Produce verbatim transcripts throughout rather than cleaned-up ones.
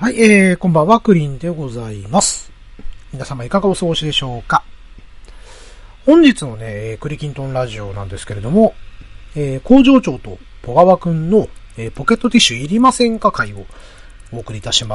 はい、えー、こんばんは、クリンでございます。皆様いかがお過ごしでしょうか。本日のね、クリキントンラジオなんですけれども、えー、工場長とポガワくんの、えー、ポケットティッシュいりませんか会をお送りいたします。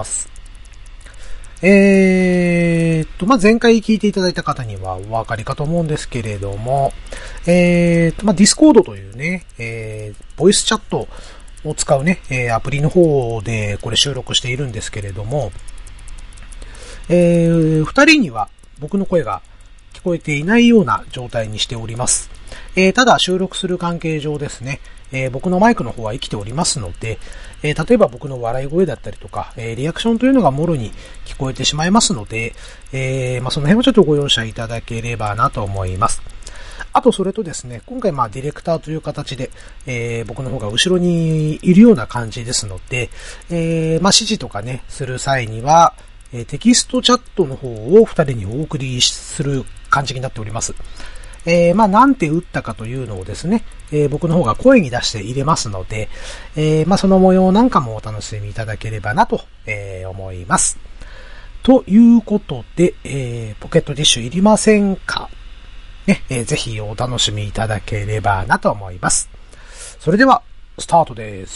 えーっと、まあ、前回聞いていただいた方にはお分かりかと思うんですけれども、えーっと、まあ、ディスコードというね、えー、ボイスチャットを使うね、えー、アプリの方でこれ収録しているんですけれども、えー、二人には僕の声が聞こえていないような状態にしております。えー、ただ収録する関係上ですね、えー、僕のマイクの方は生きておりますので、えー、例えば僕の笑い声だったりとか、えー、リアクションというのがもろに聞こえてしまいますので、えー、まあ、その辺をちょっとご容赦いただければなと思います。あとそれとですね、今回まあディレクターという形で、えー、僕の方が後ろにいるような感じですので、えー、まあ指示とかね、する際には、えー、テキストチャットの方を二人にお送りする感じになっております。えー、まあなんて打ったかというのをですね、えー、僕の方が声に出して入れますので、えー、まあその模様なんかもお楽しみいただければなと、えー、思います。ということで、えー、ポケットティッシュいりませんかね、えー、ぜひお楽しみいただければなと思います。それでは、スタートです。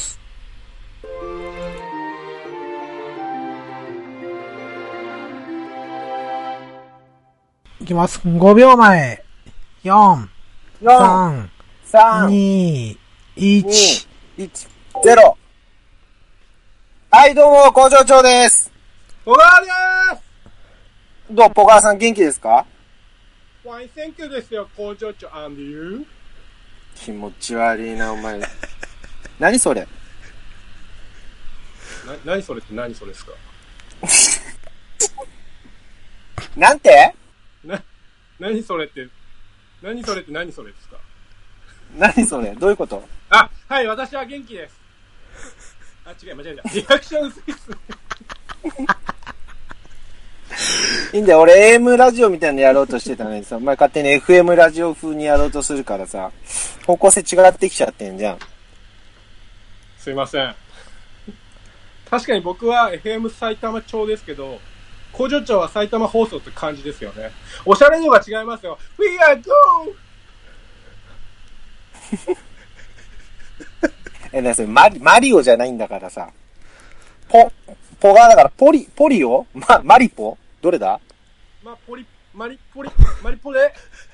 いきます。ごびょうまえ。よん、さん、に、いち、 ゼロ。はい、どうも、工場長です。 ポガーでーす。 どう、ポガーさん元気ですか？ ファインセンキューですよ、工場長。and you？ 気持ち悪いな、お前。何それ？ な、何それって何それですか？ なんて？ な、何それって、何それって何それですか？ 何それ？どういうこと？ あ、はい、私は元気です。あ、違う、間違えた。リアクション薄いっすね。 いいんだよ、俺 エーエム ラジオみたいなのやろうとしてたのにさ、お前勝手に エフエム ラジオ風にやろうとするからさ、方向性違ってきちゃってんじゃん。 すいません。確かに僕は エフエム 埼玉町ですけど、工場長は埼玉放送って感じですよね。おしゃれのが違いますよ。We are go! え、なにそれ、マリ、マリオじゃないんだからさ。ポ、ポガーだから、ポリ、ポリオま、マリポどれだ？ ま、ポリ、マリ、ポリ、マリポで。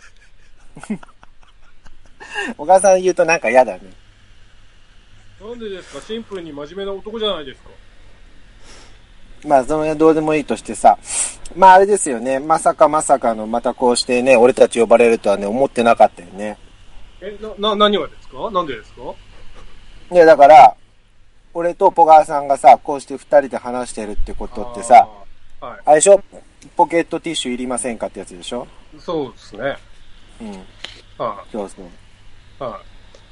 お母さん言うとなんか嫌だね。 なんでですか？シンプルに真面目な男じゃないですか。 まあ、その辺どうでもいいとしてさ。まあ、あれですよね。まさかまさかの、またこうしてね、俺たち呼ばれるとはね、思ってなかったよね。 え、な、な、何がですか？なんでですか？ いや、だから、俺とポガーさんがさ、こうして二人で話してるってことってさ、 あ、はい、 あれでしょ？ポケットティッシュいりませんかってやつでしょ？ そうですね。 うん。 はい、 そうそう。 はい。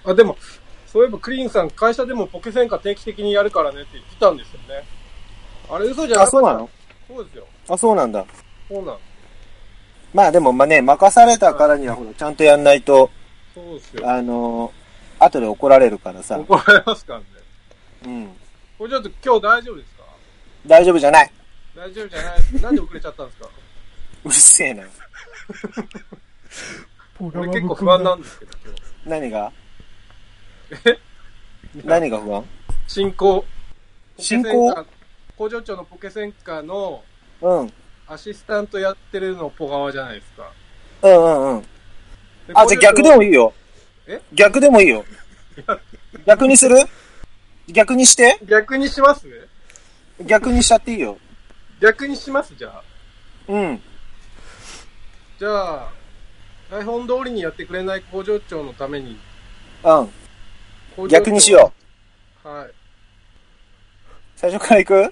あ、でも、そういえばクリーンさん、会社でもポケセンカ定期的にやるからねって言ってたんですよね。あれ嘘じゃなかった？ あ、そうなの？ そうですよ。 あ、そうなんだ。 そうなの。 まあでも、まあね、任されたからには、ほら、ちゃんとやんないと、 そうですよ。 あのー、後で怒られるからさ。 怒られますからね。 うん。 これちょっと今日大丈夫ですか？ 大丈夫じゃない。 大丈夫じゃないです。なんで遅れちゃったんですか？ うるせえな。 俺結構不安なんですけど、今日。 何が？ え？ 何が不安？ 進行。 進行？ 工場長のポケセンカの、 うん。 アシスタントやってるのポガワじゃないですか。 うんうんうん。あ、じゃあ逆でもいいよ。 え？ 逆でもいいよ。逆にする？逆にして？ 逆にしますね。 逆にしちゃっていいよ。 逆にしますじゃあ。 うん。 じゃあ、台本通りにやってくれない工場長のために。 うん。逆にしよう。はい。 最初から行く？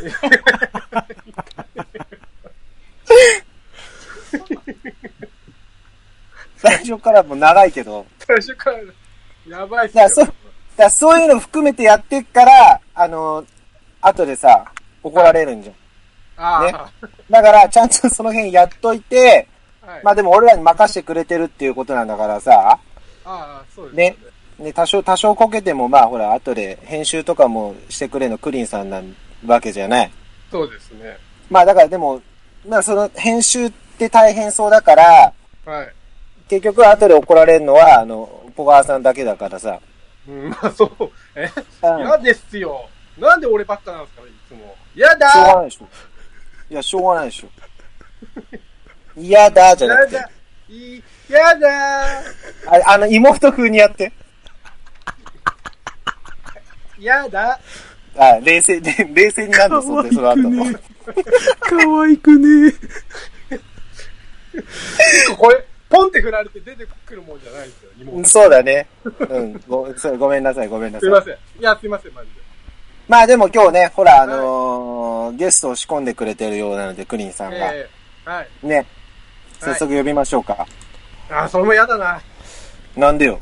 最初からもう長いけど。 最初から、やばいっすよ。だからそ、だからそういうの含めてやってっから、あの、後でさ、怒られるんじゃん。 ああ。 ね。だから、ちゃんとその辺やっといて、 はい、 まあでも俺らに任せてくれてるっていうことなんだからさ。 ああ、そうですね。 ね。ね、多少、多少こけてもまあほら、後で編集とかもしてくれるのクリンさんなわけじゃない。 そうですね。 まあだからでも、まあその編集って大変そうだから、 はい。 結局後で怒られるのは、あの、ポガーさんだけだからさ。 うん、まあそう。えうん嫌ですよ。なんで俺ばっかなんですかね、いつも。嫌だしょうがないでしょ。いや、しょうがないでしょ。嫌だじゃなくて。 やだいやだああの、妹風にやって。 やだあ、冷静、で冷静になるんですよ、その後。 可愛くね結構これ、ポンって振られて出てくるもんじゃないですよ、妹。 そうだね。うん。ご、そごめんなさい、ごめんなさい。 すいません。いや、すいません、マジで。 まあでも今日ね、ほら、あのー、ゲストを仕込んでくれてるようなので、クリンさんが。 ええはい。 ね。早速呼びましょうか。 あ、それも嫌だな。 なんでよ。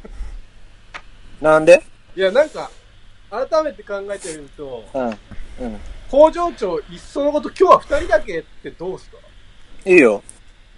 なんでいや、なんか、改めて考えてみると、 うん。うん。 工場長、いっそのこと今日は二人だけってどうすかいいよ。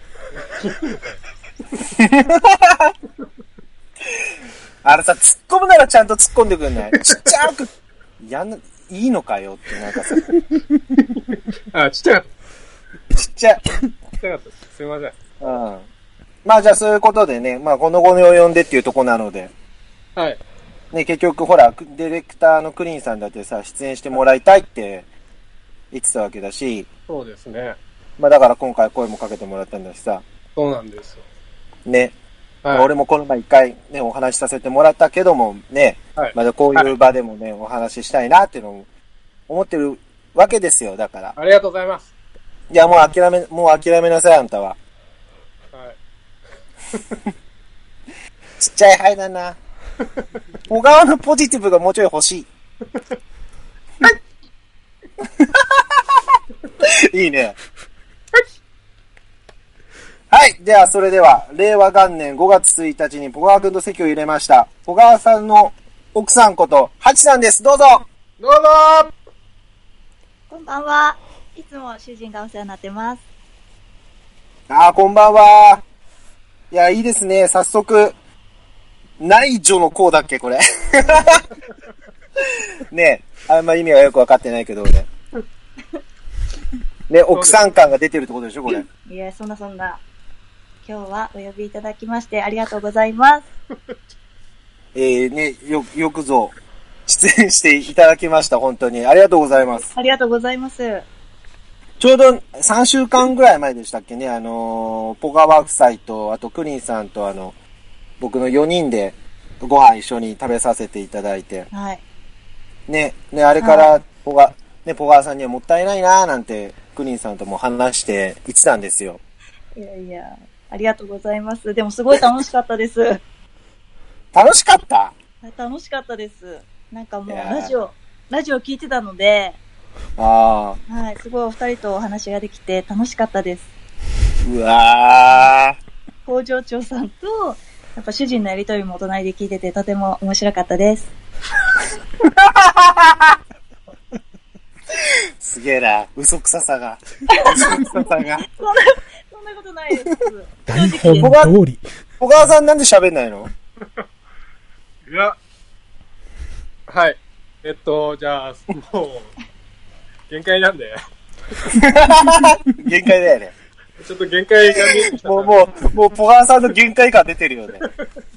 あれさ、突っ込むならちゃんと突っ込んでくんないちっちゃく、やんな、いいのかよってなんかさ。 あ、ちっちゃかっちっちゃい。 た。ちっちゃかったです。すいません。 うん。まあじゃあそういうことでね、まあこの後の呼んでっていうとこなので。 はい。 ね、結局ほら、ディレクターのクリーンさんだってさ、出演してもらいたいって言ってたわけだし、 そうですね。 まあだから今回声もかけてもらったんだしさ、 そうなんですよ。 ね。 はい。 俺もこの前一回ね、お話しさせてもらったけどもね、 はい。 まだこういう場でもね、お話ししたいなっていうのを思ってるわけですよ、だから。 ありがとうございます。 いや、もう諦め、もう諦めなさい、あんたは。 はい。 ちっちゃい肺だな。小川のポジティブがもうちょい欲しい。いいね。はい。では、それでは、令和元年ごがつついたちに小川くんと席を入れました。小川さんの奥さんこと、ハチさんです。どうぞ。 どうぞこんばんは。いつも主人がお世話になってます。 あー、こんばんは。いや、いいですね。早速、内助の項だっけ、これ。ねえ、あんま意味がよくわかってないけど、俺。ね、奥さん感が出てるってことでしょ、これ。 いや、そんなそんな。今日はお呼びいただきましてありがとうございます。 えー、ね、よ、よくぞ、出演していただきました、本当に。ありがとうございます。 ありがとうございます。 ちょうどさんしゅうかんぐらい前でしたっけね、あのー、ポガワ夫妻と、あとクリンさんとあの、僕のよにんでご飯一緒に食べさせていただいて。 はい。 ね、ね、あれかはら、ポガ、ね、ポガワさんにはもったいないなーなんて、クリンさんとも話して言ってたんですよ。 いやいや、ありがとうございます。でもすごい楽しかったです。 楽しかった？ 楽しかったです。なんかもういやーラジオ、ラジオ聞いてたので、 あはい、すごいお二人とお話ができて楽しかったです。 ー。うわー。 工場長さんと、やっぱ主人のやりとりもお隣で聞いててとても面白かったです。 すげえな。嘘くささが。嘘くささが。 そんな、そんなことないです。 台本通り。 小川さんなんで喋んないの？ いや、はい。えっと、じゃあ、もう、限界なんで。 限界だよね。 ちょっと限界が見えてきた。 もう、もう、もう、ポガーさんの限界感出てるよね。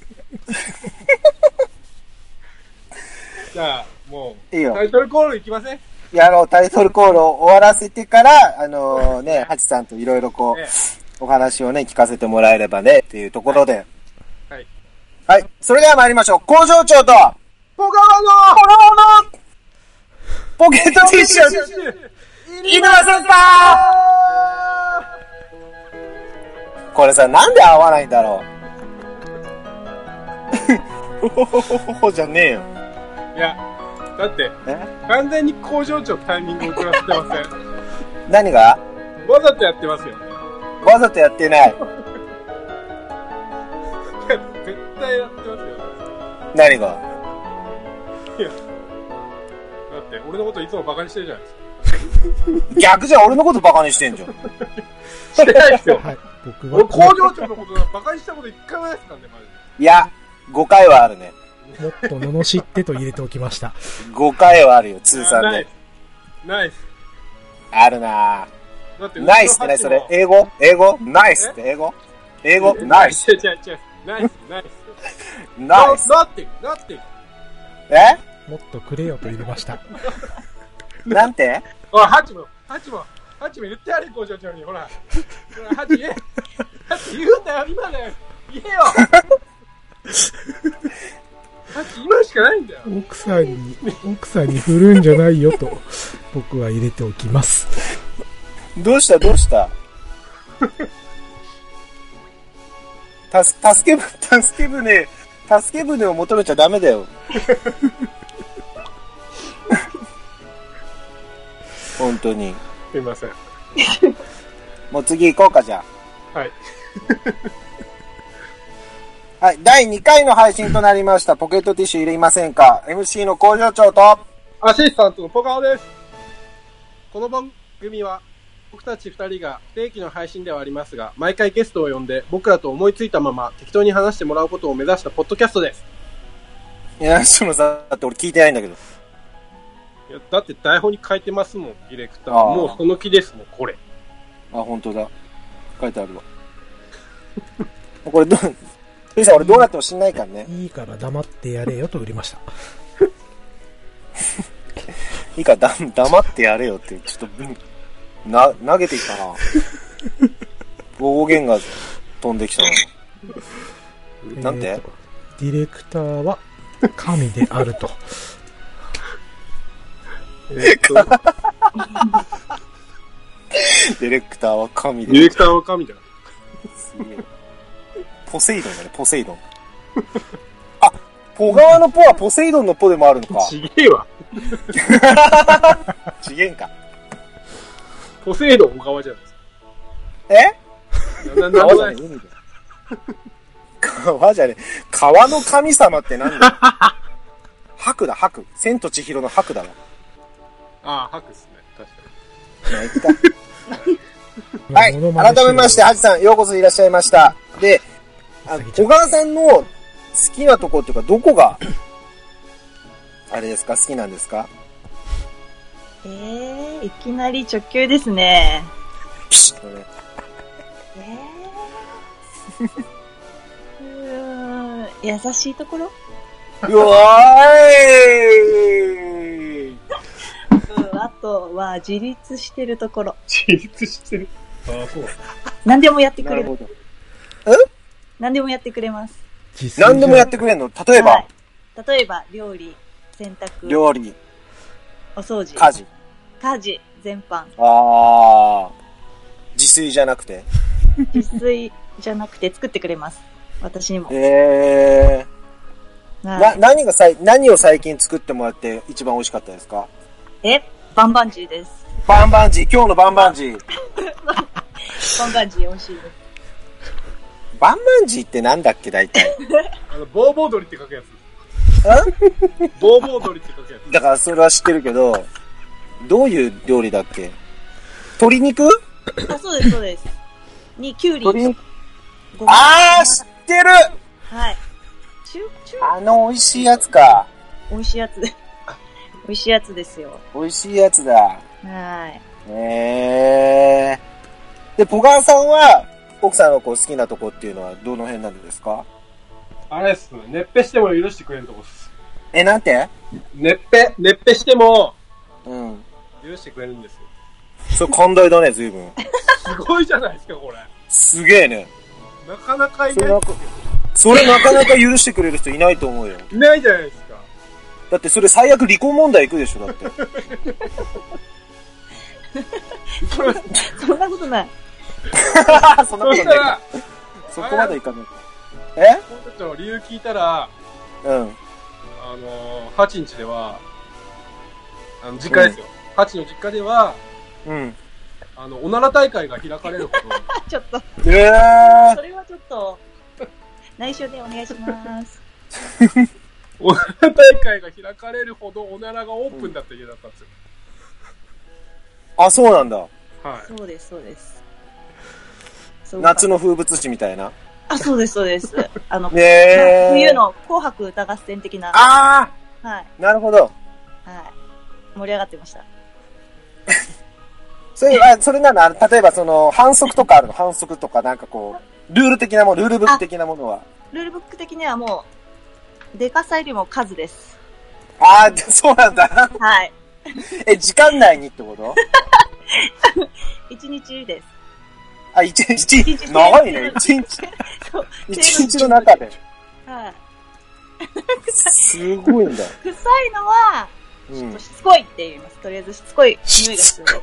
じゃあ、もう、 いいよタイトルコールいきません？ いや、あの、タイトルコールを終わらせてから、あのー、ね、ハチさんといろいろこう、 ええお話をね、聞かせてもらえればね、っていうところで。 はい。 はい。それでは参りましょう。工場長と、 ポガワのポガワの、ポケットティッシュ、いりませんか？これさ、なんで合わないんだろう。ほほほほほじゃねえよ。 いや、だって、 え完全に工場長タイミング遅らせてません。 何が？ わざとやってますよね。 わざとやってない。 いや、絶対やってますよね。 何が？ いや、だって俺のこといつもバカにしてるじゃないですか。 逆じゃん、俺のことバカにしてんじゃん。 してないですよ。 はい。僕俺は、 工場長のことバカにしたこと一回もないですからね、マジで。 いや、ごかいはあるね。 もっと罵ってと入れておきました。 ごかいはあるよ、通算でナイ。ス。ナイス。 あるなだってナイスってね、それ。英語英語ナイスって英語英語ナイス。 違う違う違う。ナイス、ナイス。 ナイス。 なってる、なってる。 えもっとくれよと入れました。 なんておい、ハチも、ハチも、ハチも言ってやれ、工場長に。ほら。ほら、ハチ言え。ハチ言うんだよ、今だよ。言えよ。ハチ今しかないんだよ。 奥さんに、奥さんに振るんじゃないよと、僕は入れておきます。 どうしたどうしたたす、助け舟、助け舟、助け舟を求めちゃダメだよ。本当に。 すいません。 もう次行こうか、じゃあ。はい。 はい、だいにかいの配信となりました。ポケットティッシュ入れませんか？ エムシー の工場長と、 アシスタントのポカオです。この番組は、僕たち二人が不定期の配信ではありますが、毎回ゲストを呼んで、僕らと思いついたまま適当に話してもらうことを目指したポッドキャストです。 いや、でもさ、だって俺聞いてないんだけど。 いや、だって台本に書いてますもん、ディレクター。もうその気ですもん、これ。 あ、本当だ。書いてあるわ。これどう、ふいさん俺どうなっても知んないからね。 いいから黙ってやれよと売りました。 いいからだ黙ってやれよって、ちょっと、な、投げていったな。暴言が飛んできたな。なんて、 えー、ディレクターは神であると。 えー、っとディレクターは神で。 ディレクターは神だ。 すげえ。ポセイドンだね、ポセイドン。あ、ポ側のポはポセイドンのポでもあるのか。 ちげえわ。 ちげえんか。 ポセイドン小川じゃないですえか。な、な、 川じゃねえ、海だ。川じゃねえ。川の神様ってなんだよ。白だ、白。千と千尋の白だわ。 ああ、白っすね。確かに。はい。改めまして、ハチさん、ようこそいらっしゃいました。で、あ小川さんの好きなとこっていうか、どこが、あれですか、好きなんですか？ えー、いきなり直球ですね。 ピシッとね。 えー、うーん、優しいところ？ うわーいうん、あとは自立してるところ。 自立してる。ああ、そう。 何でもやってくれる。 なるほど。え？ 何でもやってくれます。 何でもやってくれんの？例えば、はい、 例えば、料理、洗濯。 料理。 お掃除。 家事。 家事、全般。 あー。自炊じゃなくて？ 自炊じゃなくて作ってくれます。私にも。 えー。な、何がさい、何を最近作ってもらって一番美味しかったですか？ え、バンバンジーです。 バンバンジー、今日のバンバンジー。 バンバンジー美味しいです。 バンバンジーってなんだっけ、大体。 あの、ボーボー鳥って書くやつ。 んボーボー鳥って書くやつ。 だからそれは知ってるけど、どういう料理だっけ？鶏肉？ あ、そうです、そうです。に、キュウリ。 鶏肉。あー、知ってる！ はい。中、中あの美味しいやつか。 美味しいやつ。美味しいやつですよ。 美味しいやつだ。 はい。 へー。で、ポガーさんは、奥さんのこう好きなとこっていうのはどの辺なんですか？ あれっすね。熱ぺしても許してくれるとこっす。 え、なんて？ 熱ぺ、熱ぺしても、 うん。 許してくれるんですよ。 それ寛大だね、随分。 すごいじゃないですか、これ。 すげえね。 なかなかいない。 それなかなか許してくれる人いないと思うよ。 いないじゃないですか。 だってそれ最悪離婚問題行くでしょ、だって。 そんなことない。 そんなことないか。そこまでいかない。え？ ちょっと理由聞いたら、 うん。 あのー、ハチんちでは、あの、実家ですよ。うん、ハチの実家では、 うん。 あの、おなら大会が開かれるほど。 ちょっと。 えー。 それはちょっと、内緒でお願いします。 おなら大会が開かれるほどおならがオープンだった家だったんですよ。 うん、あ、そうなんだ。はい。 そうです、そうです。 夏の風物詩みたいな。 あ、そうです、そうです。あの、 ねー、 冬の紅白歌合戦的な。 ああはい。 なるほど。 はい。盛り上がってました。 それ、あ、それなの、あの、例えばその、反則とかあるの？反則とかなんかこう、ルール的なもの、ルールブック的なものは。 ルールブック的にはもう、でかさよりも数です。 ああ、そうなんだ。 はい。 え、時間内にってこと？ 一日です。 あ、一日、長いね、一日。 そう。 一日の中で。 はい。 すごいんだ。 臭いのは、ちょっとしつこいって言います。とりあえずしつこい匂いがする。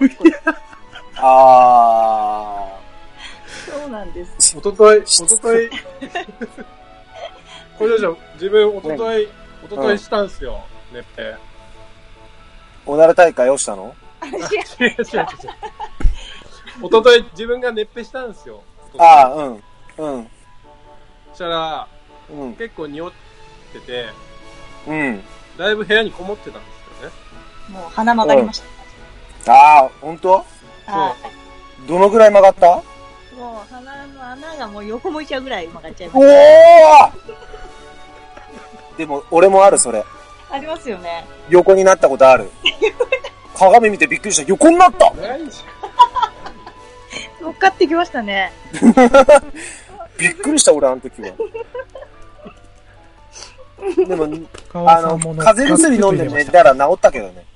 あー。そうなんです。 おととい、おととい、これじゃ自分おととい、おとといしたんすよ、熱ぺ。 おなら大会をしたの？ 違う違う違う違う。おととい自分が熱ぺしたんですよ。 ああ、うん。うん。 そしたら、 うん、 結構匂ってて、 うん。 だいぶ部屋にこもってたんですよね。 もう鼻曲がりました。うん、ああ、ほんと？ はい。 どのぐらい曲がった？ もう鼻の穴がもう横向いちゃうぐらい曲がっちゃいました。 おーでも、俺もある、それ。 ありますよね。 横になったことある。鏡見てびっくりした。横になった！ 乗っかってきましたね。 びっくりした、俺、あの時は。でも、あの、風邪薬飲んで寝たら治ったけどね。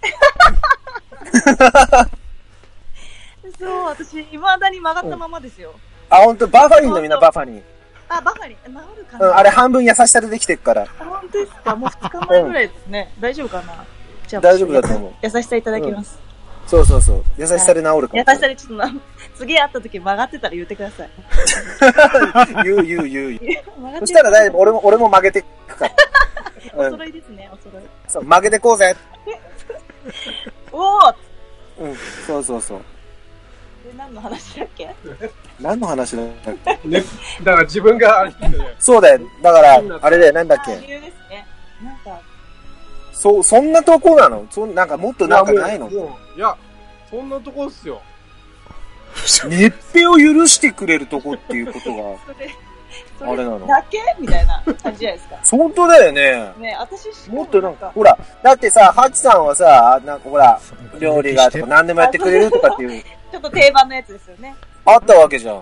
そう、私、未だに曲がったままですよ。 あ、ほんと、バファリン飲みな、バファリン。 あ、バファリン、治るかな？ うん、あれ半分優しさでできてるから。 あ、本当ですか？もうふつかまえぐらいですね。うん、大丈夫かな？じゃあ、 大丈夫だと思う。 優しさいただきます。 うん、そうそうそう。優しさで治るから。 優しさでちょっとな、次会った時曲がってたら言ってください。 言う言う言う言う。そしたら大丈夫。俺も、俺も曲げてくから。 お揃いですね、お揃い。 そう、曲げてこうぜ。 おー！ うん、そうそうそう。 で、何の話だっけ？ 何の話だっけ？ ね、だから自分があれですよね。 そうだよ。だから、あれで、なんだっけ？ 理由ですね。なんか。 そう、そんなとこなの？そんなんかもっとなんかないの？ いや、いやそんなとこっすよ。 熱ぺを許してくれるとこっていうことが。 それあれなのだけみたいな感じじゃないですか。 本当だよね。 ね、私しもっとなんか、ほら、だってさ、ハチさんはさ、なんかほら、料理がとか何でもやってくれるとかっていう。 ちょっと定番のやつですよね。 あったわけじゃん。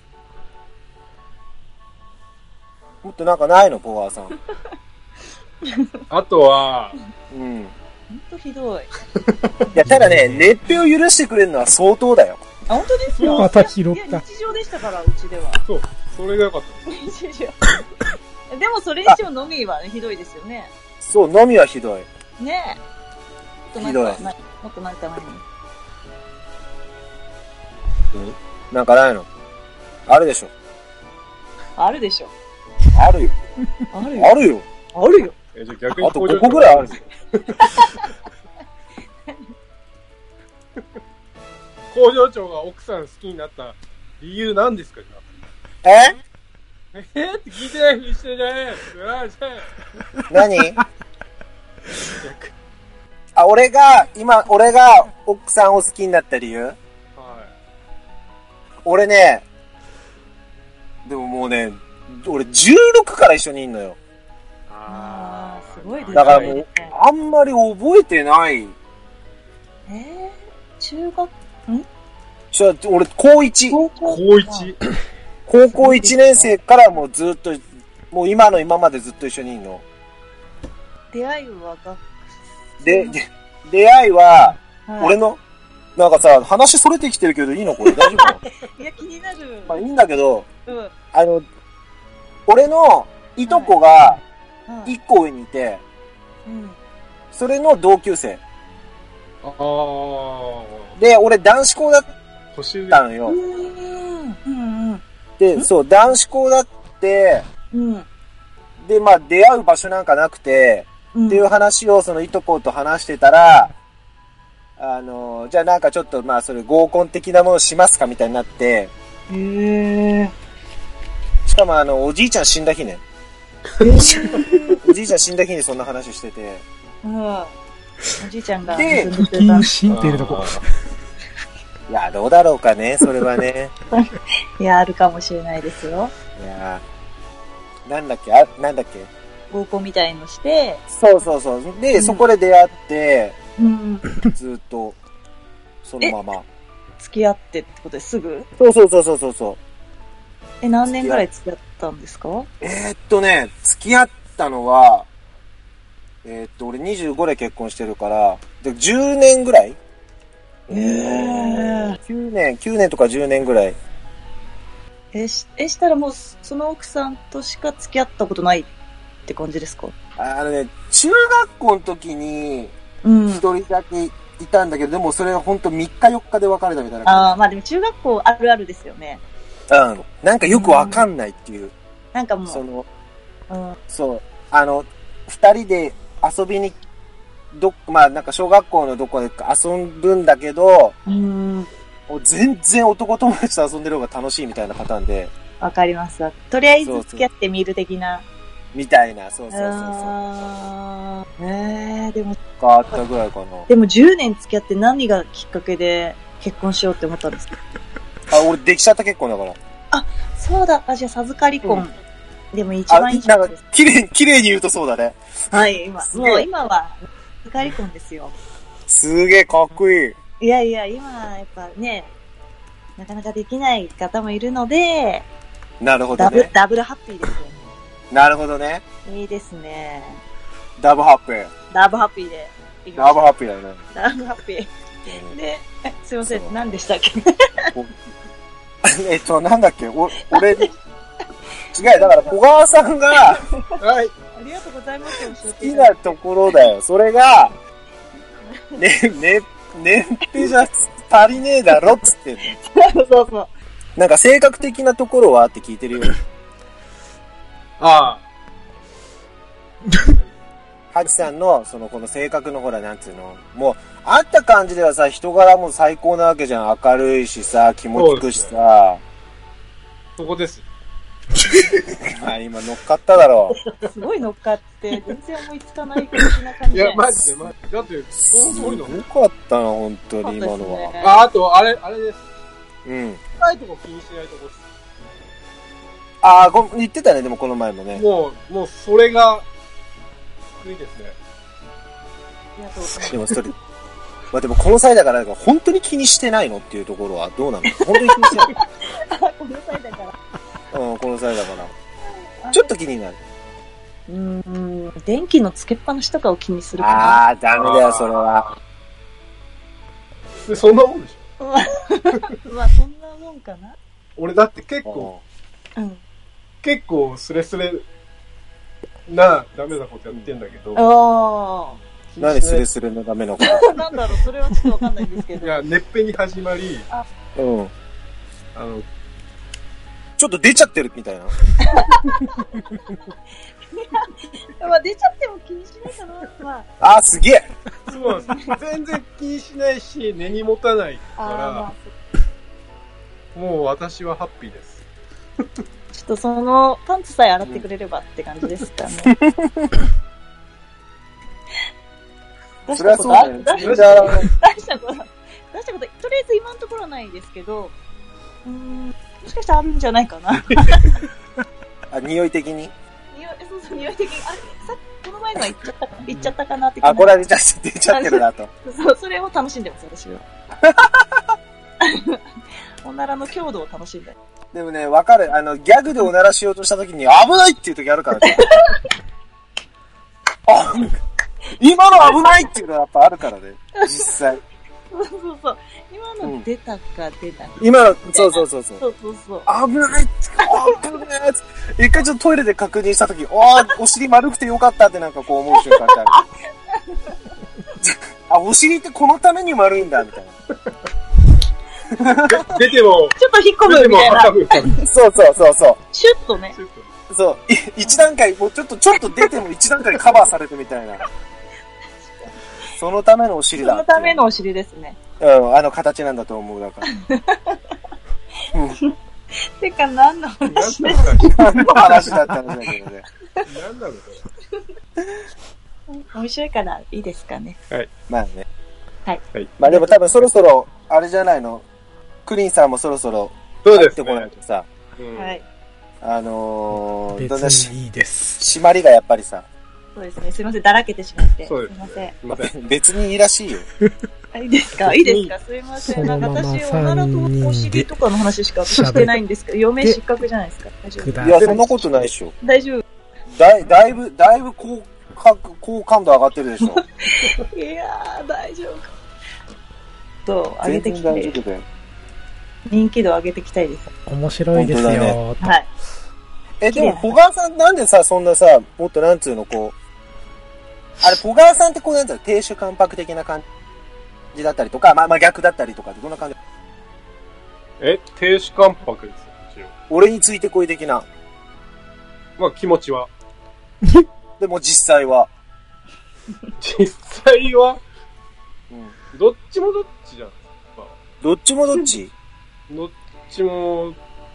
もっとなんかないの、ポワーさん。 あとは、 うん。 ほんとひどい。いや、ただね、熱ぺを許してくれるのは相当だよ。 あ、本当ですか？ また拾った。 いや、日常でしたから、うちでは。 そう。それが良かった。 日常。でもそれにしても飲みはね、ひどいですよね。 そう、飲みはひどい。 ねえ。 ひどい。 もっとなんかないの？ うん？なんかないの？あるでしょ。 あるでしょ。 あるよ。 あるよ。 あるよ。 あるよ。 え、じゃあ逆にあとごこぐらいあるよ。 工場長が奥さん好きになった理由なんですか？ ええー、って聞いてないふりしてね。 何？あ、俺が、今、俺が奥さんを好きになった理由？はい。俺ね、でももうね、俺じゅうろくから一緒にいんのよ。 あー、すごいですね。 だからもう、あんまり覚えてない。 えー、中学、ん？ ちょ、俺、高一。 高一。 高校いちねん生からもうずっと、もう今の今までずっと一緒にいんの。 出会いは学で、で、出会いは、俺の、なんかさ、話それてきてるけどいいのこれ大丈夫かいや、気になる。 まあいいんだけど、 うん。 あの、俺のいとこがいっこ上にいて、 うん。 それの同級生。 ああ。 で、俺男子校だったのよ。 うん。うんうん。 で、そう、男子校だって、 うん。 で、まあ出会う場所なんかなくて、 うん、 っていう話をそのいとこと話してたら、あの、じゃあなんかちょっとまあそれ合コン的なものしますかみたいになって。 へー。 しかもあの、おじいちゃん死んだ日ね。 えー、 おじいちゃん死んだ日にそんな話してて。 うん。おじいちゃんが。 で、 謹慎っていうとこ。 いや、どうだろうかね、それはね。 いや、あるかもしれないですよ。 いやなんだっけ、あ、なんだっけ。 合コンみたいのして。 そうそうそう。で、うん、そこで出会って、 うん、 ずっと、そのまま。 付き合ってってことですぐ？ そうそうそうそうそうそう。 え、何年ぐらい付き合ったんですか？ えー、っとね、付き合ったのは、えー、っと、俺にじゅうごで結婚してるから、でじゅうねんぐらい？ へー。 きゅうねん、きゅうねんとかじゅうねんぐらい。 え、し、え、したらもう、その奥さんとしか付き合ったことないって感じですか？ あのね、中学校の時に、 うん。 一人だけいたんだけど、でもそれはほんとみっかよっかで別れたみたいな感じ。 ああ、まあでも中学校あるあるですよね。 うん。なんかよくわかんないっていう。 なんかもう、 その、 うん、 そう。あの、二人で遊びに、ど、まあなんか小学校のどこでか遊ぶんだけど、 うーん、 もう全然男友達と遊んでる方が楽しいみたいなパターンで、 わかりますわ。とりあえず付き合ってみる的な。 みたいな、そうそうそうそう。 あー、えー、でも、 変わったぐらいかな。 でもじゅうねん付き合って何がきっかけで結婚しようって思ったんですか？ あ、俺できちゃった結婚だから。 あ、そうだ。あ、じゃあ授かり婚。うん、でも一あ、 番いいなんか、綺麗、綺麗に言うとそうだね。 はい、今、もう今は、授かり婚ですよ。 すげえかっこいい。 いやいや、今、やっぱね、なかなかできない方もいるので、 なるほどダブ、 ね。 ダブルハッピーですよね。 なるほどね。 いいですね。 ダブハッピー。 ダブハッピーでいきましょう。 ダブハッピーだよね。 ダブハッピー。で、すいません、何でしたっけ？ えっと、なんだっけお、俺、違う、だから小川さんが、はい。 ありがとうございます。 好きなところだよ。それが、ね、ね、ねっぺじゃ足りねえだろっつってんの。 そうそうそう。 なんか性格的なところはって聞いてるよ。 ああ。 ハチさんの、その、この性格のほら、なんつうの、もう、会った感じではさ、人柄も最高なわけじゃん。明るいしさ、気も利くしさ。 そこです。 あ、今乗っかっただろう。すごい乗っかって、全然思いつかない的な感じで。 いや、マジで、マジで。だって、そういうの。 よかったな、本当に、今のは。 あ、あと、あれ、あれです。 うん。 深いとこ気にしないとこです。 ああ、ご、言ってたね、でもこの前もね。 もう、もう、それが、いいですね。 でもそれ、まあでもこの際だから、本当に気にしてないのっていうところはどうなの？本当に気にしてないこの際だから。 うん、この際だから。ちょっと気になる。 うーん、電気のつけっぱなしとかを気にするかな。 ああ、ダメだよ、それは。 そんなもんでしょ。 まあ、そんなもんかな。 俺だって結構、 うん、 結構スレスレなダメなことやってんだけど。 ああ。 何スレスレのダメなことなんだろう、それはちょっとわかんないんですけど。 いや、ねっぺに始まり、 あ、 うん。 あの、 ちょっと出ちゃってるみたいな。 まあ出ちゃっても気にしないかな。まあ。あ、すげえ。 そう全然気にしないし、根に持たないから、まあ、もう私はハッピーです。 ちょっとそのパンツさえ洗ってくれればって感じですかね。出したことある？出したこと、出したこと、出したこと、とりあえず今のところはないですけど、うーん、もしかしたらあるんじゃないかな。 あ、匂い的に？ 匂い、そうそう、匂い的に、あ、さこの前のは言っちゃった、言っちゃったかなって。 あ、これは出ちゃって、出ちゃってるなと。 そう、それを楽しんでます、私は。おならの強度を楽しんで。 でもね、わかる。あの、ギャグでおならしようとした時に危ないっていう時あるからね。あ、今の危ないっていうのはやっぱあるからね。実際。 そうそうそう。今の出たか出たか。 今の、そうそうそうそう。 そうそうそう。 危ない危ない一回ちょっとトイレで確認した時、ああ、お尻丸くてよかったってなんかこう思う瞬間ってある。あ、お尻ってこのために丸いんだ、みたいな。 出ても、 ちょっと引っ込むみたいな。 そうそうそうそう。 シュッとね。 そう。一段階、もうちょっと、ちょっと出ても一段階カバーされてみたいな。そのためのお尻だ。 そのためのお尻ですね。 うん、あの形なんだと思う、だから。うん、 てか、何の話何の話だったんだけどね。 何だろう、 面白いからいいですかね。 はい。 まあね。 はい。 まあでも多分そろそろ、あれじゃないの。クリンさんもそろそろ、 そうですね。 入ってこないとさ。 はい。 あのー、 別にいいです。 締まりがやっぱりさ。 そうですね。すいません。だらけてしまって。 そうです。 すいません。 すいません。 別にいいらしいよ。 いいですかいいですかすいません。なんか私、おならとお尻とかの話しかしてないんですけど、嫁失格じゃないですか大丈夫？ いや、そんなことないでしょ。 大丈夫。 だい、だいぶ、だいぶ高、高感度上がってるでしょ。 いやー、大丈夫か。と、上げてきたい。 全然大丈夫だよ。 人気度上げていきたいです。 面白いですよ。ね、 はい。 え、でも、小川さんなんでさ、そんなさ、もっとなんつうの、こう、あれ、小川さんってこうなんつうの、亭主関白的な感じだったりとか、まあまあ逆だったりとかってどんな感じ？ え、亭主関白ですよ、一応。 俺についてこい的な。 まあ気持ちは。 でも実際は。 実際は、 うん、 どっちもどっちじゃん。 どっちもどっち？ どっちも、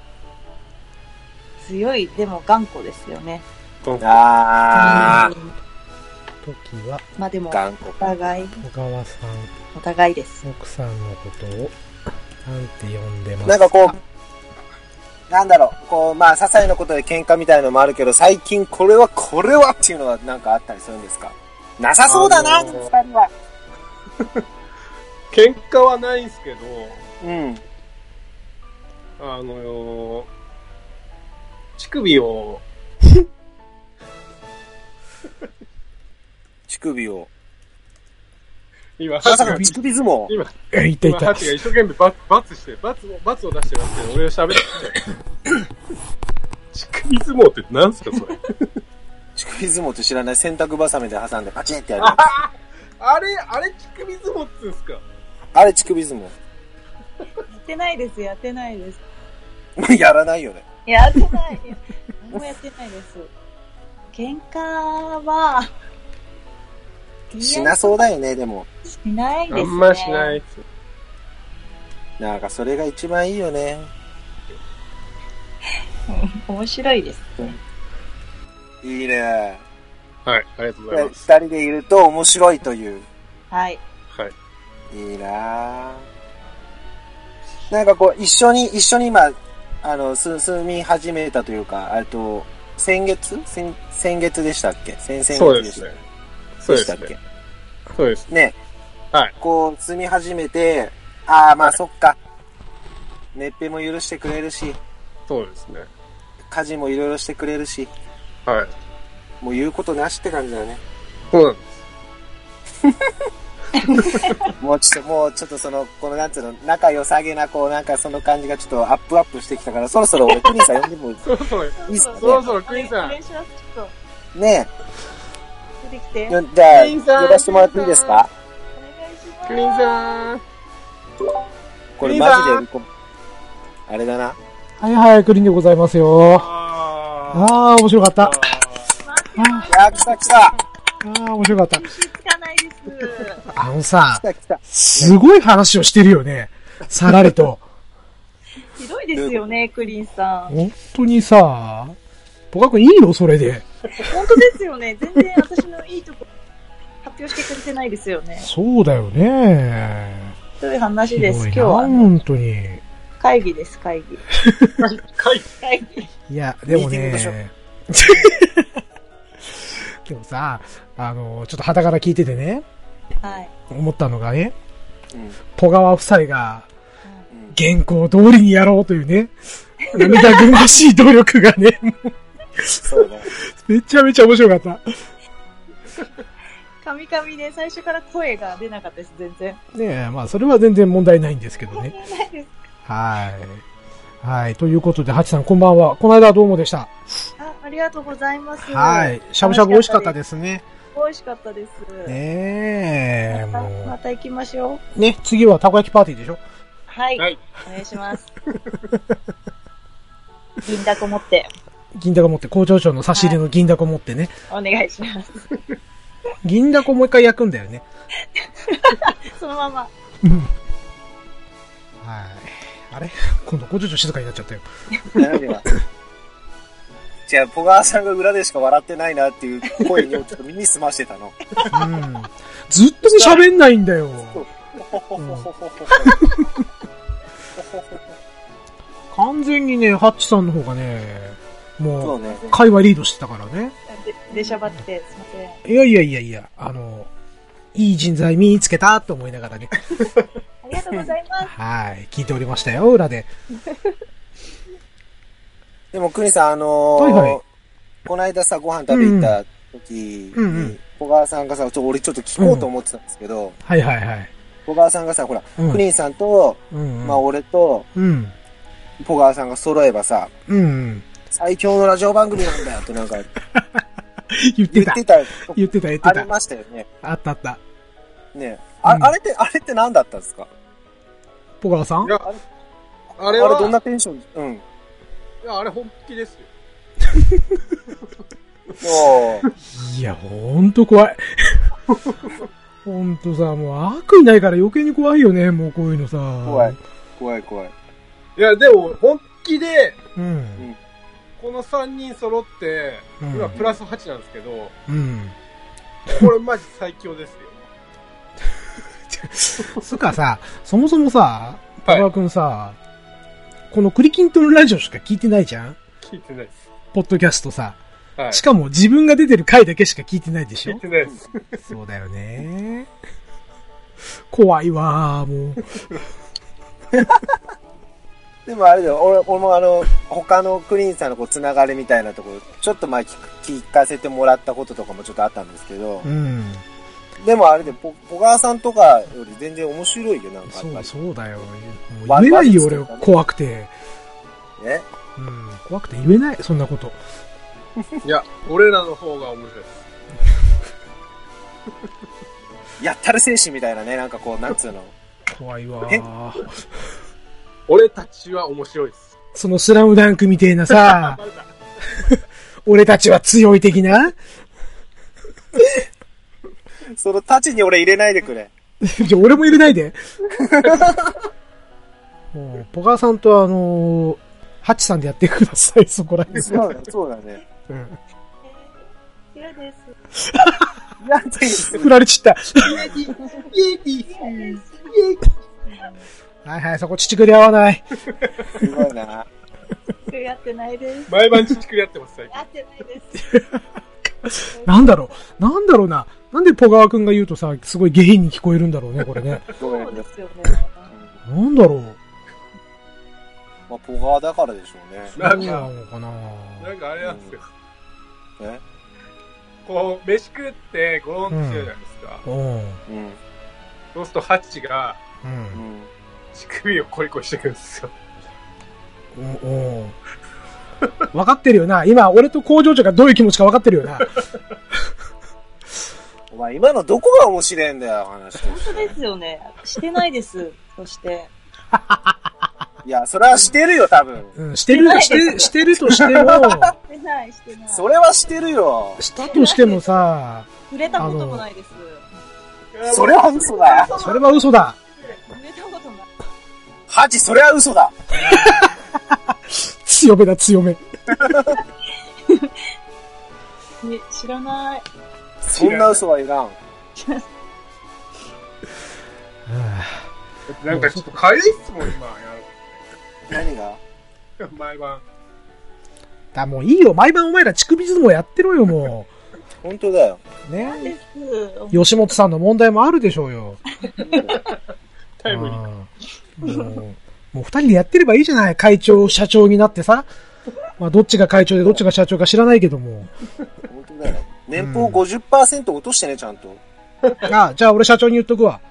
強い、でも頑固ですよね。 あー。 時は、 まあでも、 頑固。 お互い。 小川さん。 お互いです。 奥さんのことを、なんて呼んでますか？ なんかこう、なんだろう、こう、まあ、些細なことで喧嘩みたいなのもあるけど、最近これは、これはっていうのはなんかあったりするんですか？なさそうだな、二人は。 喧嘩はないんすけど、 うん。 あのー、乳首を、 乳首を。 今、 まさか乳首相撲？ 今、 いたいた。 ハチが一生懸命バツ、バツして、バツを、バツを出してるって俺が喋ってて。乳首相撲って何すかそれ。 乳首相撲って知らない？洗濯バサミで挟んでパチンってやる。 あ, あれ、あれ乳首相撲って言うんすか？ あれ乳首相撲。 やってないです、やってないです。 やらないよね。 やってない。何もやってないです。喧嘩は、 しなそうだよね、でも。 しないですね。 あんましない。 なんかそれが一番いいよね。 面白いですね。 いいね。 はい、ありがとうございます。 二人でいると面白いという。 はい。 はい。 いいなぁ。なんかこう、一緒に、一緒に今、あの、す、住み始めたというか、あと、先月先、先月でしたっけ？先々月でしたっけ？ そうですね。 でしたっけ？ そうですね。 はい。 こう、住み始めて、ああ、まあ、はい、そっか。熱ぺも許してくれるし。 そうですね。 家事もいろいろしてくれるし。 はい。 もう言うことなしって感じだよね。 そうなんです。 もうちょっと、もうちょっとその、このなんつうの、仲良さげな、こう、なんかその感じがちょっとアップアップしてきたから、そろそろ俺、クリンさん呼んでもいい？ そろそろ、いいっすかね。そろそろクリンさん。 お願いします、ちょっと。 ねえ。出てきて。 じゃあ、呼ばせてもらっていいですか？ お願いします。 クリンさん。 これマジで、あれだな。 はいはい、クリンでございますよ。ああー、面白かった。ああ、来た来た。 ああ、面白かった。あのさ、すごい話をしてるよね。さらりと。 ひどいですよね、クリンさん。 本当にさ、ポカ君いいのそれで。 本当ですよね。全然私のいいとこ発表してくれてないですよね。 そうだよね。 ひどい話です、今日は。 本当に。 会議です、会議。 会議。 会議。 いや、でもね。でもさ、あの、ちょっと肌から聞いててね。 はい。 思ったのがね、 うん、 ポガワ夫妻が、原稿通りにやろうというね、涙ぐましい努力がね、 そうね。 めちゃめちゃ面白かった。 カミカミで最初から声が出なかったです、全然。 ねえ、まあそれは全然問題ないんですけどね。 問題ないです。 はい。はい。ということで、ハチさんこんばんは。この間はどうもでした。 あ、ありがとうございます。 はい。しゃぶしゃぶ美味しかったですね。 美味しかったです。 ねえ、 また、 もう。 また行きましょう。ね、次はたこ焼きパーティーでしょ？ はい。はい。お願いします。銀だこ持って。 銀だこ持って、工場長の差し入れの銀だこ持ってね。 はい、お願いします。 銀だこもう一回焼くんだよね。 そのまま。 はい。あれ今度工場長静かになっちゃったよ。 じゃあ、ポガーさんが裏でしか笑ってないなっていう声にちょっと耳澄ましてたの。 うん。ずっと喋んないんだよ。うん、完全にね、ハッチさんの方がね、もう、会話リードしてたからね。 で、でしゃばって、すいません。 いやいやいやいや、あの、 いい人材見つけたと思いながらね。 ありがとうございます。 はい。聞いておりましたよ、裏で。 でも、クニさん、あのーはいはい、 この間さ、ご飯食べ行った時に、 うんうん、 小川さんがさ、ちょ俺ちょっと聞こうと思ってたんですけど、うん、 はいはいはい。 小川さんがさ、ほら、 うん、 クニさんと、 うんうん、 まあ俺と、 うん、 小川さんが揃えばさ、 うんうん、 最強のラジオ番組なんだよってなんか、 言ってた。 言ってた。 言ってた、言ってた。 ありましたよね。 あったあった。 ねあ、うん、あれって、あれって何だったんですか？ 小川さん？ いや、 あれは、あれどんなテンション？うん。いや、あれ本気ですよ。 いや、ほんと怖い。ほんとさ、もう悪意ないから余計に怖いよね、もうこういうのさ。 怖い。怖い怖い。 いや、でも、本気で、 うん。 このさんにん揃って、うん、今プラスはちなんですけど、 うん。 これマジ最強ですよ。 つかさ、そもそもさ、高川くんさ、はい、このクリキントンラジオしか聞いてないじゃん？ 聞いてないです。 ポッドキャストさ。 はい、 しかも自分が出てる回だけしか聞いてないでしょ？ 聞いてないです。 そうだよね。怖いわー、もう。 でもあれだよ、俺、俺もあの、他のクリーンさんのこう、つながりみたいなところ、ちょっと前聞, 聞かせてもらったこととかもちょっとあったんですけど、 うん。 でもあれで、ポ、ポガーさんとかより全然面白いよ、なんか。 そう、そうだよ。もう言えないよ、俺、怖くて。 え？ うん、怖くて言えない、そんなこと。 いや、俺らの方が面白いです。 やったる精神みたいなね、なんかこう、なんつうの。 怖いわー。 俺たちは面白いです。 そのスラムダンクみてえなさ、俺たちは強い的なそのたちに俺入れないでくれ。 じゃ、俺も入れないで。もう、ポカーさんとあのー、ハチさんでやってください、そこら辺。 そうだ、そうだね。 うん。 嫌です。 嫌です。 振られちった。 イエイイエイはいはい、そこ乳くり合わない。 すごいな。 やってないです。 毎晩乳くり合ってます、最近。 やってないです。 なんだろう、なんだろうな。なんでポガワくんが言うとさ、すごい下品に聞こえるんだろうね、これね。 そうですよね。 なんだろう。 まあ、ポガワだからでしょうね。 なんか、のかななんかあれなんですよ。 うん、えこう、飯食ってゴロンってしてるじゃないですか。 うん。うん。 そうするとハチが、 うん。 乳首をコリコリしてくるんですよ。 おお。分かってるよな。今、俺と工場長がどういう気持ちか分かってるよな。 お前、今のどこが面白いんだよ、話。 本当ですよね。してないです。そして。 いや、それはしてるよ、多分。 うん、してる、して、してるとしても。 してない、してない。 それはしてるよ。 したとしてもさ。 触れたこともないです。 それは嘘だよ。 それは嘘だ。 触れたことない。 ハチ、それは嘘だ。 強めだ、強め。 ね、知らない。 そんな嘘はいらん。 なんかちょっとかゆいっすもん、今。 何が毎晩。 だ、もういいよ。毎晩お前ら乳首相撲やってろよ、もう。本当だよ。 ね。吉本さんの問題もあるでしょうよ。 タイムリー。 もう、もう二人でやってればいいじゃない。会長、社長になってさ。まあ、どっちが会長でどっちが社長か知らないけども。 本当だよ。年俸 ごじゅっパーセント 落としてね、ちゃんと。 ああ、じゃあ俺社長に言っとくわ。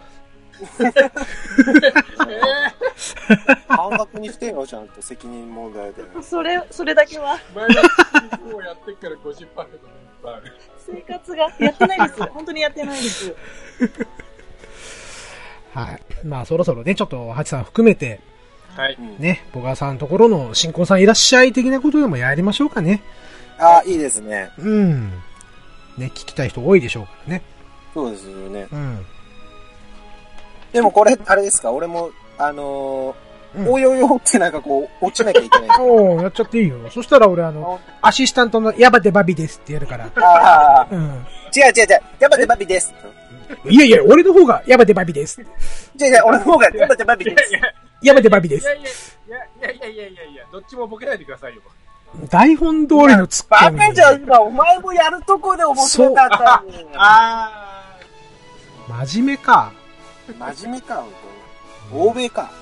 半額にしてよ、ちゃんと責任問題で。 それ、それだけは。 前のをやってっから ごじゅっパーセント の生活がやってないです。本当にやってないです。 はい。まあそろそろね、ちょっとハチさん含めて、 はい。 ね、ボガーさんのところの新婚さんいらっしゃい的なことでもやりましょうかね。 ああ、いいですね。 うん。ね、聞きたい人多いでしょうからね。 そうですよね。 うん。 でもこれ、あれですか、俺も、あのー、うん、およよってなんかこう、落ちなきゃいけない。 おー、やっちゃっていいよ。そしたら俺あの、アシスタントのヤバデバビですってやるから。 ああ。 うん。 違う違う違う、ヤバデバビです。 いやいや、俺の方がヤバデバビです。 違う違う、俺の方がヤバデバビです。 ヤバデバビです。 いやいや、いやいやいやいやいや、どっちもボケないでくださいよ。 台本通りのツッコミ。 バカじゃん、今、お前もやるとこで面白かったのに。 あ真面目か。 真面目か、本当に。欧米か。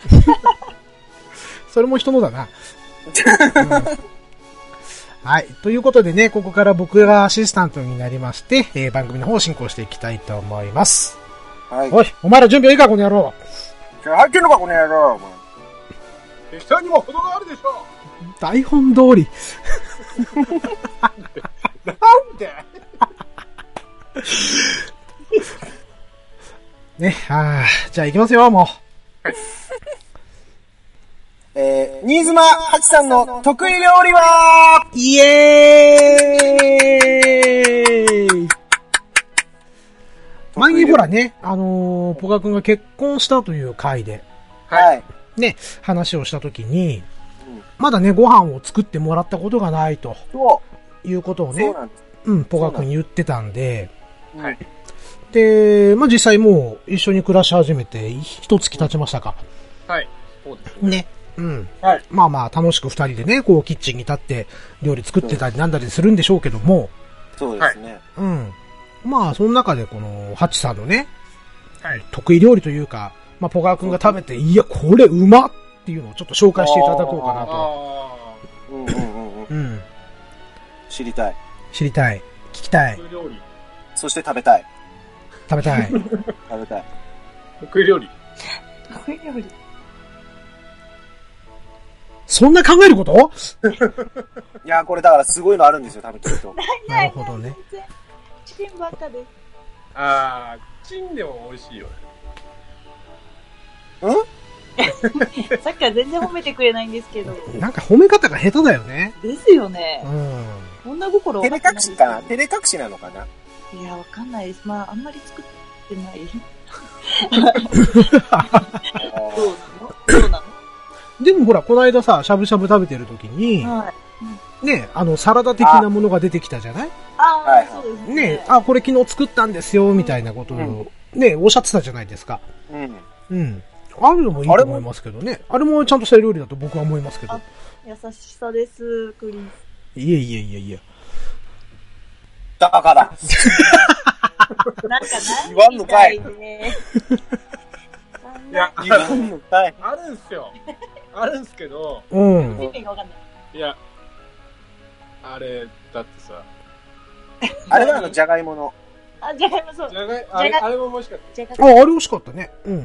それも人のだな。うんはい。ということでね、ここから僕がアシスタントになりまして、えー、番組の方を進行していきたいと思います。 はい。 おい、お前ら準備はいいか、この野郎。 今日入ってんのか、この野郎。 適当にも程があるでしょ。 台本通り。 なんでね、あー、じゃあ行きますよ、もう。はい。 えー、新妻八さんの得意料理はイエーイ前にほらね、あのー、ポカ君が結婚したという回で、 はい。 ね、話をしたときに、うん、まだね、ご飯を作ってもらったことがないと、いうことをね、そうなんです。うん、ポカ君言ってたんで、 はい。 で、まあ、実際もう一緒に暮らし始めて一月経ちましたか。 はい。そうですね。 ね。うん。 はい。 まあまあ楽しく二人でね、こうキッチンに立って料理作ってたりなんだりするんでしょうけども。 そうですね。 うん。まあその中でこのハチさんのね、 はい。 得意料理というか、まあポカー君が食べて、いや、これうまっっていうのをちょっと紹介していただこうかなと。 うんうんうんうん。うん。知りたい。 知りたい。聞きたい。 得意料理。 そして食べたい。 食べたい。 食べたい。 得意料理。 得意料理。 そんな考えること？ いや、これだからすごいのあるんですよ、多分きっと。 なるほどね。 チンばっかです。 あー、チンでも美味しいよね。 んさっきから全然褒めてくれないんですけど。 なんか褒め方が下手だよね。 ですよね。 うん。 女心照れ隠しかな？照れ隠しなのかな？ いや、わかんないです。まあ、あんまり作ってない。どうなの？どうなの？ でもほら、この間さ、しゃぶしゃぶ食べてる時に、はい、ね、あの、サラダ的なものが出てきたじゃない？ ああ、はい、そうですね。 ね、あ、これ昨日作ったんですよ、みたいなことを、うん、ね、おっしゃってたじゃないですか。 うん。 うん。あるのもいいと思いますけどね。あれも、あれもちゃんとした料理だと僕は思いますけど。 優しさです、クリス。 いえいえいえいえ。 だから。 なんか言わんのかい。 いや、 言わんのかい。 あるんすよ。あるんすけど。 うん。 いや、あれ、だってさ。 あれはあの、じゃがいもの。 あ、じゃがいもそう。 じゃがい、あれ、あれも美味しかった。 あ、あれ美味しかったね。うん。うん。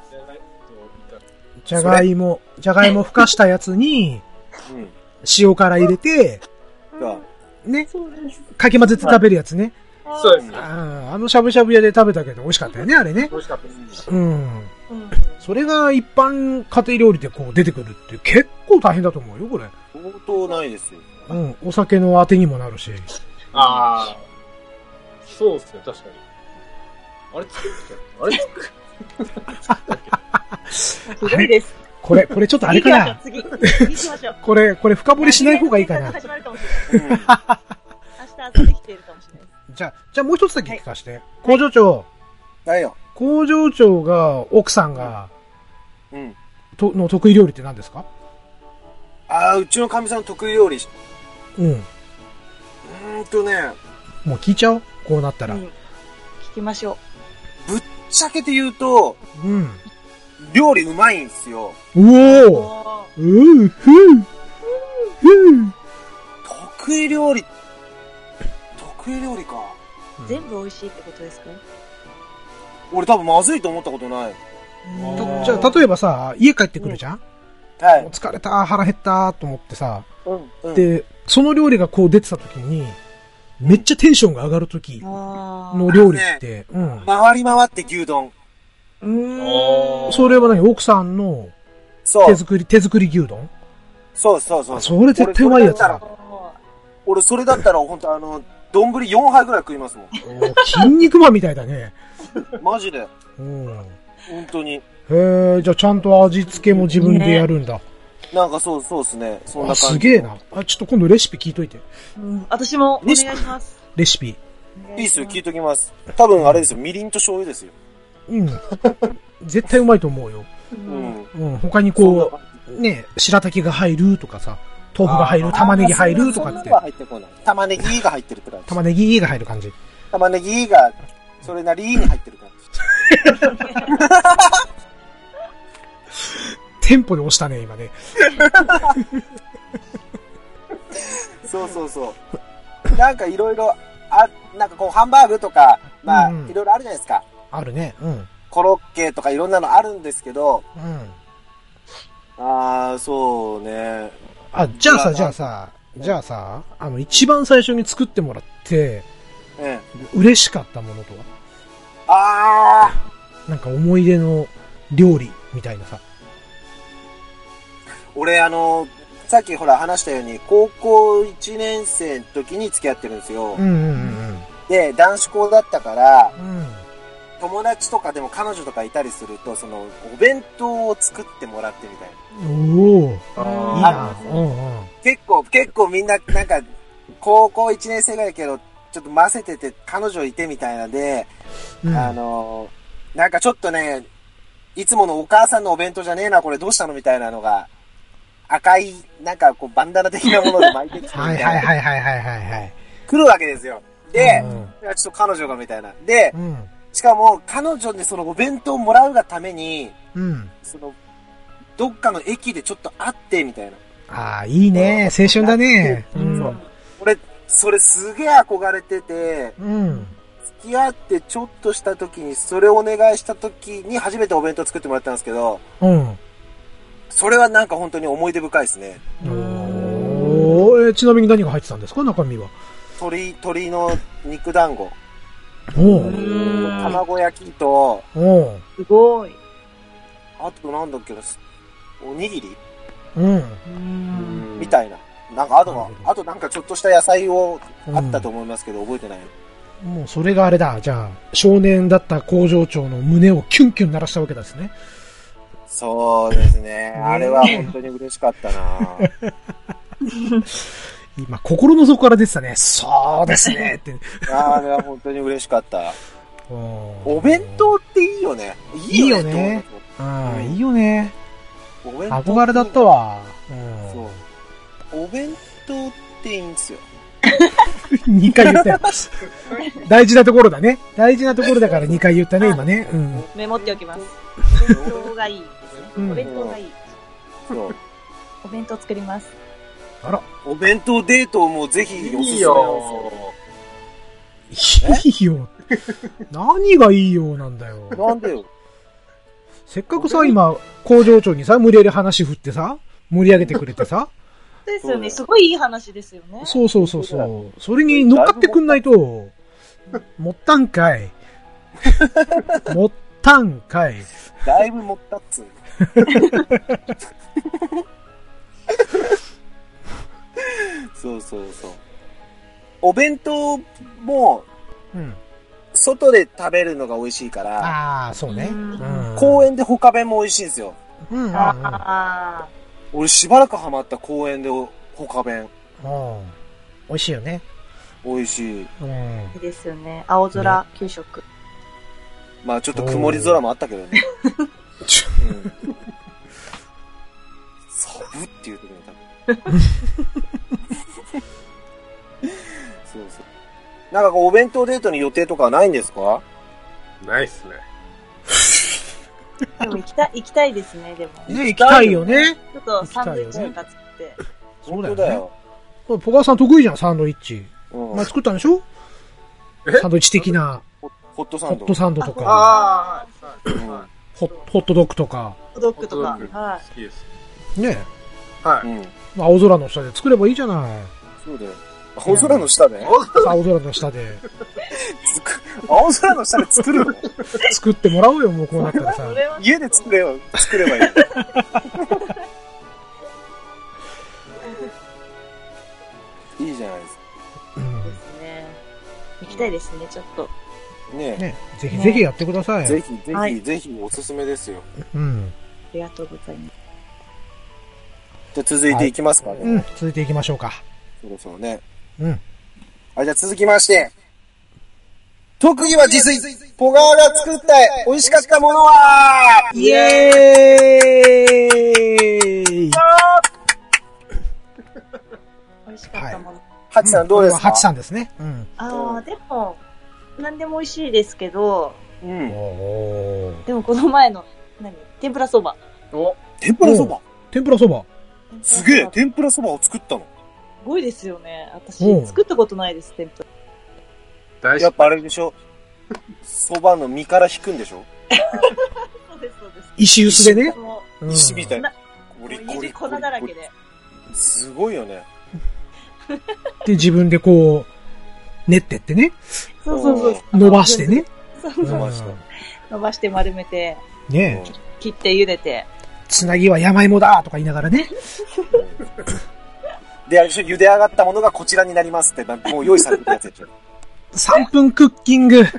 じゃがいも、じゃがいもふかしたやつに、うん、塩辛入れて、うん、ね。かき混ぜて食べるやつね。 そうですね。 あ, あのしゃぶしゃぶ屋で食べたけど美味しかったよね、あれね。 美味しかったです。 うん。うん、それが一般家庭料理でこう出てくるって結構大変だと思うよ、これ。 相当ないですよ。 うん。お酒のあてにもなるし。 ああ。そうですね、確かに。あれ作ったあれ作ったすごいです。 これ、これちょっとあれかな。 次、次行きましょう。 これ、これ深掘りしない方がいいかな。 始まるかもしれない。明日朝できているかもしれない。 じゃあ、じゃあもう一つだけ聞かして。はい、工場長。 はいよ。 工場長が、奥さんが、うん。と、の得意料理って何ですか？ ああ、うちのかみさんの得意料理。 うん。 うーんとね。 もう聞いちゃおう。こうなったら。うん、 聞きましょう。ぶっちゃけて言うと、 うん。 料理うまいんすよ。 うおー。うん、ふん。ふん。 得意料理。得意料理か。 全部美味しいってことですか？ 俺多分まずいと思ったことない。 じゃあ、例えばさ、家帰ってくるじゃん、 うん、はい。 疲れた、腹減ったと思ってさ、 うんうん、 で、その料理がこう出てた時に、めっちゃテンションが上がる時の料理って、うん。 回り回って牛丼。 うーん。それは何？奥さんの手作り、手作り牛丼？ そうそうそう。 それ絶対うまいやつだ。 俺それだったら本当あの、丼よんはいぐらい食いますもん。 筋肉マンみたいだね。 マジで。 うん。 本当に。 へえ、じゃあちゃんと味付けも自分でやるんだ。ね、 なんかそうそうですね。そんな感じ。 すげえな。あ、ちょっと今度レシピ聞いといて。 うん、私もお願いします。 レシピ。いいっすよ、聞いときます。多分あれですよ、みりんと醤油ですよ。 うん。絶対うまいと思うよ。 うん。 うん。他にこう、ね、白滝が入るとかさ、豆腐が入る、玉ねぎ入るとかって。 入ってこない。玉ねぎが入ってるって感じ。 玉ねぎが入る感じ。 玉ねぎが、それなりに入ってる感テンポで押したね、今ね。 そうそうそう。なんかいろいろ、あ、なんかこうハンバーグとか、まあ、いろいろあるじゃないですか。 あるね。うん。 コロッケとかいろんなのあるんですけど、 うん。 ああ、そうね。 あ、じゃあさ、じゃあさ、じゃあさ、あの、一番最初に作ってもらって、 ええ、嬉しかったものとは？ ああ。なんか思い出の料理みたいなさ。 俺、あの、さっきほら話したように、高校いちねん生の時に付き合ってるんですよ。 うんうんうん。 で、男子校だったから、 うん、 友達とかでも彼女とかいたりすると、その、お弁当を作ってもらってみたいな。 おお、いいな。うんうん。 結構、結構みんな、なんか、高校いちねん生ぐらいだけど、ちょっと混ぜてて、彼女いてみたいなで、うん、あの、なんかちょっとね、いつものお母さんのお弁当じゃねえな、これどうしたのみたいなのが、赤い、なんかこう、バンダナ的なもので巻いてきてみたいな。 はいはいはいはいはいはい。 来るわけですよ。で、 うん、 いやちょっと彼女がみたいな。で、 うん、 しかも、彼女にそのお弁当をもらうがために、 うん、 その、どっかの駅でちょっと会ってみたいな。 ああ、いいね。青春だね。 うん、そう。俺、それすげえ憧れてて、 うん。 付き合ってちょっとした時に、それをお願いした時に初めてお弁当作ってもらったんですけど、 うん。 それはなんか本当に思い出深いですね。 おー、えー、ちなみに何が入ってたんですか、中身は。 鶏、鶏の肉団子。 おー。 卵焼きと、 おー。 すごい。 あとなんだっけな、おにぎりうん。 みたいな。なんかあとは、あとなんかちょっとした野菜をあったと思いますけど、うん、覚えてない。 もうそれがあれだ。じゃあ、少年だった工場長の胸をキュンキュン鳴らしたわけですね。 そうですね。あれは本当に嬉しかったな今、心の底から出てたね。そうですねって。 あれは本当に嬉しかった。お弁当っていいよね。 いいよね。ああ、いいよね。憧れだったわ。うん、 そう。お弁当っていいんですよ。 にかい言ったよ。大事なところだね。大事なところだからにかい言ったね、今ね。うん、 メモっておきます。お弁当がいい。お弁当がいい。 そう。 お弁当作ります。 あら。 お弁当デートもぜひおすすめですよ。いいよ。何がいいよなんだよ。 なんでよ。 せっかくさ、今、工場長にさ、無理やり話振ってさ、盛り上げてくれてさ。 ですよね。すごいいい話ですよね。 そうそうそうそう。それに乗っかってくんないと、もったんかい。もったんかい。 だいぶもったっつう。そうそうそう。お弁当も、うん、外で食べるのが美味しいから。 ああ、そうね、うん。 公園でホカ弁も美味しいんですよ。 うんうんうん、 あ俺しばらくハマった公園でホカ弁。 うん。美味しいよね。 美味しい。 うん。いいですよね。青空給食。ね、 まあちょっと曇り空もあったけどね。うん、サブっていうところに多分。そうそう。なんかこうお弁当デートに予定とかはないんですか？ ないっすね。 でも行きたい、行きたいですね、でも。 ね、行きたいよね。 ちょっとサンドイッチとか作って。 そうだよ。 ポカワさん得意じゃん、サンドイッチ。うん、前作ったんでしょ？サンドイッチ的な。 ホットサンド。 ホットサンドとか。 ああ、はい。 ホットドッグとか。 ホットドッグとか。はい。 好きです。 ねえ。はい。 青空の下で作ればいいじゃない。 そうだよ。青空の下で？ 青空の下で。 青空の下で作るの？ 作ってもらおうよ、もうこうなったらさ。 家で作れよ、作ればいい。いいじゃないですか。 うん。ですね。行きたいですね、ちょっと。 ねえ。 ねぜひぜひやってください。 ぜひぜひぜひおすすめですよ。 うん。 ありがとうございます。 じゃあ続いていきますかね。 うん、続いていきましょうか。 そろそろね。 うん。 はい、じゃあ続きまして。特技は自炊。ポガワが作った美味しかったものはイエーイ美味しかったもの。 ハチさんどうですか？ ハチさんですね。うん。 ああ、でも、何でも美味しいですけど、 うん。 おーでもこの前の、何天ぷらそば。 お、 天ぷらそば天ぷらそば。 すげえ天ぷらそばを作ったの。 すごいですよね。私うん、 作ったことないです、天ぷら。 大やっぱあれでしょそばの実から引くんでしょそうです、そうです。 石臼でね。 もうん石みたいな。 う、 ゴリもう指粉だらけで。 すごいよね。 で、自分でこう、練ってってね。 そうそうそう。 伸ばしてね。 そうそう。 伸ばして。 伸ばして丸めて、 うんねえ。 切って茹でて。 つなぎは山芋だとか言いながらね。 で、あれでしょ茹で上がったものがこちらになりますって、もう用意されてるやつでしょ。 さんぷんクッキング。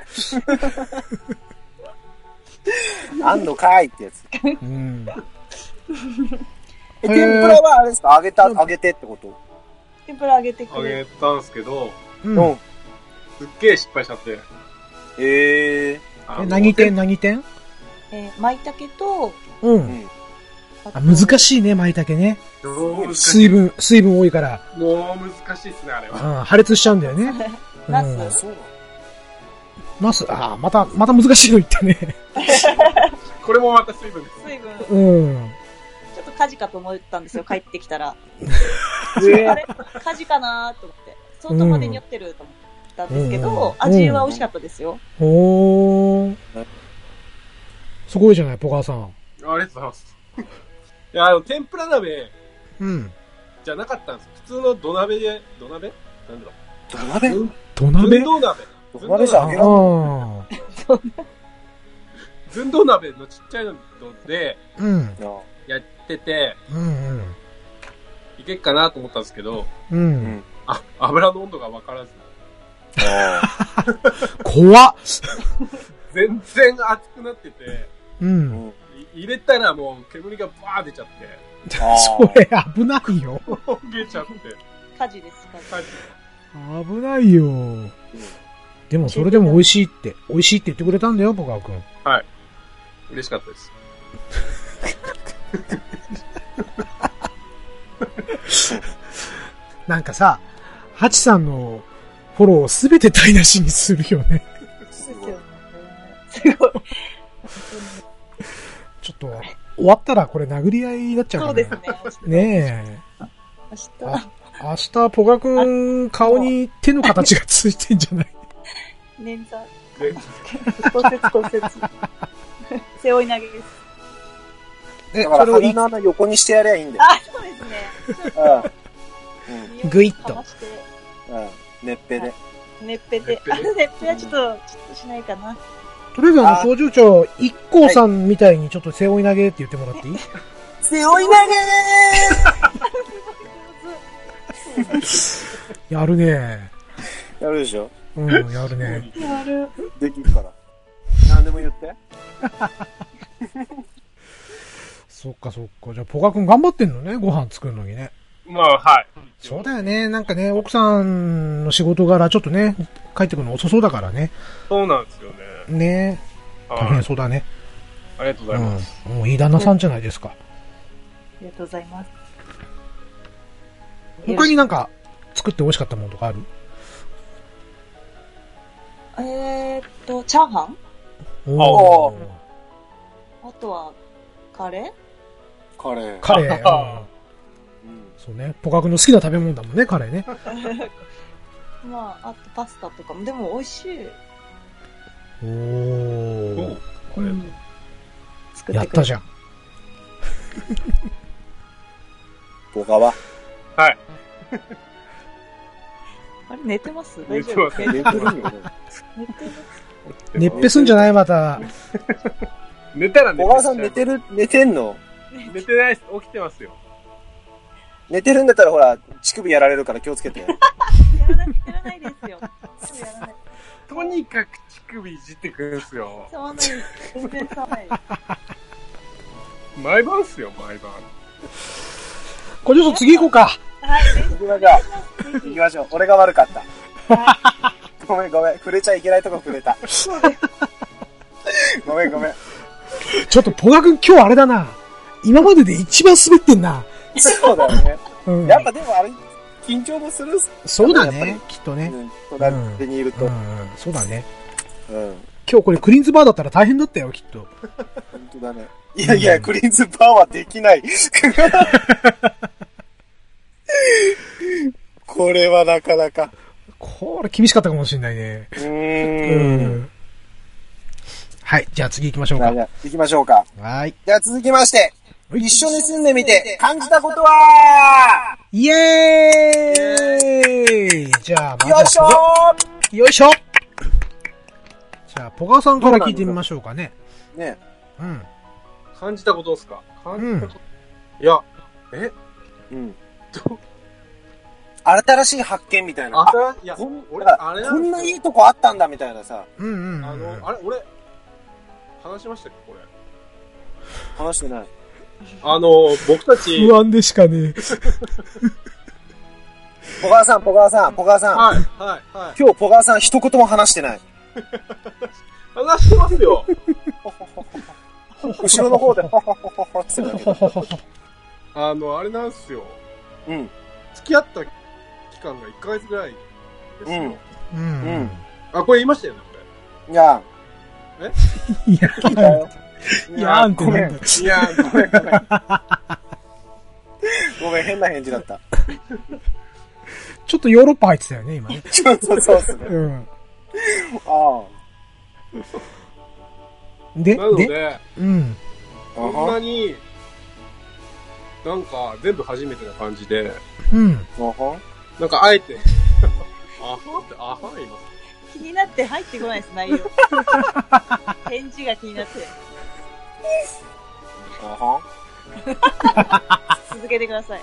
あんのかいってやつ。 うん。 え、天ぷらはあれですか揚げた、揚げてってこと天ぷら揚げてくあれる。 げたんすけど、 うん。 うん。 すっげえ失敗しちゃって。 ええあのえ、何点何点えー、舞茸と、 う。 ー。うんん。 あ、難しいね、舞茸ね。 もう難しい。 水分、水分多いから。 もう難しいっすね、あれうは。 ん、破裂しちゃうんだよね。 ナうんスそうなのナス、あーまた、また難しいの言ったね。 これもまた水分です。 水分。 うん。 ちょっと火事かと思ったんですよ、帰ってきたら。 えあれ火事かなと思って。相当までに酔ってると思ったんですけど、 うん味は美味しかったですよ。 おー。すごいじゃない、ポカーさん。 ありがとうございます。いや、あの、天ぷら鍋うん。 じゃなかったんです。普通の土鍋で、土鍋なんだろ土鍋う。 土鍋寸胴鍋。 土鍋じゃあ揚げらんのあ寸胴鍋のちっちゃいのでー。うん。 やってて、 うんいけっかなと思ったんですけど、 うん。う。 うんん。 あ、油の温度がわからず、 あ怖っ。 全然熱くなってて、 う。 ーうんん。 い入れたらもう煙がバー出ちゃって、 あーそれ危ないよ。 焦げちゃって、 火事です、火はい危ないよ。でもそれでも美味しいって、美味しいって言ってくれたんだよ、ポカーくん。 はい。嬉しかったです。 なんかさ、ハチさんのフォローをすべて台無しにするよね。 事。ですよね。すごい。 ちょっと、終わったらこれ殴り合いになっちゃうからそうですね。 ねえ。 明日、 明日、ポカくん、顔に手の形がついてんじゃない捻挫、 で、 骨折骨折。背負い投げです。 え、 だからそれをい鼻の穴横にしてやればいいんだよ。 あ、そうですね。 うん。 ぐいっとかましてうん。うん。熱ぺで。 熱ぺで。あ、熱ぺはちょっと、ちょっとしないかな。 とりあえずあの、 あ工場長、一光さんみたいにちょっと背負い投げって言ってもらっていい、 背負い投やるね。 げやるでしょうん、やるね。 やる。 できるから。何でも言って。 そっかそっか。じゃあ、ポカくん頑張ってんのね、ご飯作るのにね。 まあ、はい。 そうだよね。なんかね、奥さんの仕事柄ちょっとね、帰ってくるの遅そうだからね。 そうなんですよね。 ね大はい変そうだね。 ありがとうございます。 うん。もういい旦那さんじゃないですか。 ありがとうございます。 他になんか作って美味しかったものとかある？ えーっと、チャーハンおー。 あとは、カレーカレー。 カレー。うんうん。 そうね。ポカ君の好きな食べ物だもんね、カレーね。 まあ、あとパスタとかも。でも美味しい。 おおー。 これ、 うん作ってくれやったじゃん。 ポカははい。 あれ、寝てます寝てます大丈夫寝て寝てるよね。 ます熱ぺすんじゃないまた。 寝たら寝小川さん寝てる、寝てんの寝てないです。起きてますよ。 寝てるんだったらほら、乳首やられるから気をつけて。 やらない、やらないですよ。すぐやらない。 とにかく乳首いじってくるんすよ。 触らないです。全然触らないです。 毎晩っすよ、毎晩。 これちょっと次行こうか。 はい、 行きましょう。行きましょう。俺が悪かった。ごめんごめん。触れちゃいけないとこ触れた。ごめんごめん。 ちょっとポカ君今日あれだな。今までで一番滑ってんな。 そうだよね。 うん。 やっぱでもあれ、緊張もするっすそうだやっぱりね。きっとね。 うん。隣にいると。 うんうん。そうだね。 うん。 今日これクリーンズバーだったら大変だったよ、きっと。 本当だね。いやいや、クリーンズバーはできない。これはなかなか。 これ厳しかったかもしれないね。 うーん。 うんはい。じゃあ次行きましょうか。 じゃあ行きましょうか。 はい。 じゃあ続きまして、一緒に住んでみて感じたことはイエーイじゃあ、まずはよいしょーよいしょじゃあ、ポカさんから聞いてみましょうかね。 ねうん。 感じたことですか？感じたこと、うん、いや、えうん。新しい発見みたいな。 あ、いや、 こん俺、あれなんこんないいとこあったんだみたいなさ。 うんうん、うん。 あの、あれ、俺、話しましたっけこれ。 話してない。 あの、僕たち。 不安でしかねえ。 ポガーさん、ポガーさん、ポガーさん。 はい、はい、はい。 今日ポガーさん一言も話してない。 話してますよ。 後ろの方で、ほほほほほって言ってたけど。 あの、あれなんすよ。 うん。 付き合った期間がいっかげつぐらいですよ。 うん。うん。 あ、これ言いましたよね、これ。いや。 えいや、聞いたよ。いやーんってなんだ。 いやー、ごめんごめん。ごめん、変な返事だった。 ちょっとヨーロッパ入ってたよね、今ね。 そうそうそうっすね。うん。ああ。 で、 なので、 でうん。 こんなに、なんか全部初めてな感じで、 うん。 なんかあえて、あはって、あは言います。 気になって入ってこないです、内容。返事が気になって。 あは続けてください。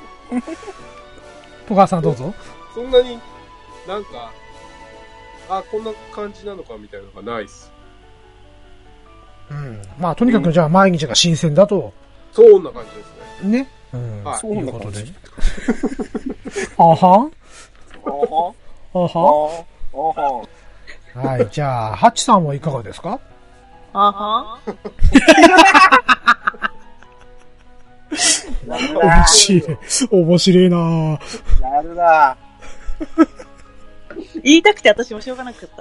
ポカさんどうぞ。 そんなになんか、あ、こんな感じなのかみたいなのがないっす。 うん。まあ、とにかくじゃあ毎日が新鮮だと。 そんな感じですね。 ね。うん。 はい。 そういうことで。あはんあはあはあははい。じゃあ、ハチさんはいかがですか？ あは面白い。面白いなぁ。 やるな言いたくて私もしょうがなかった。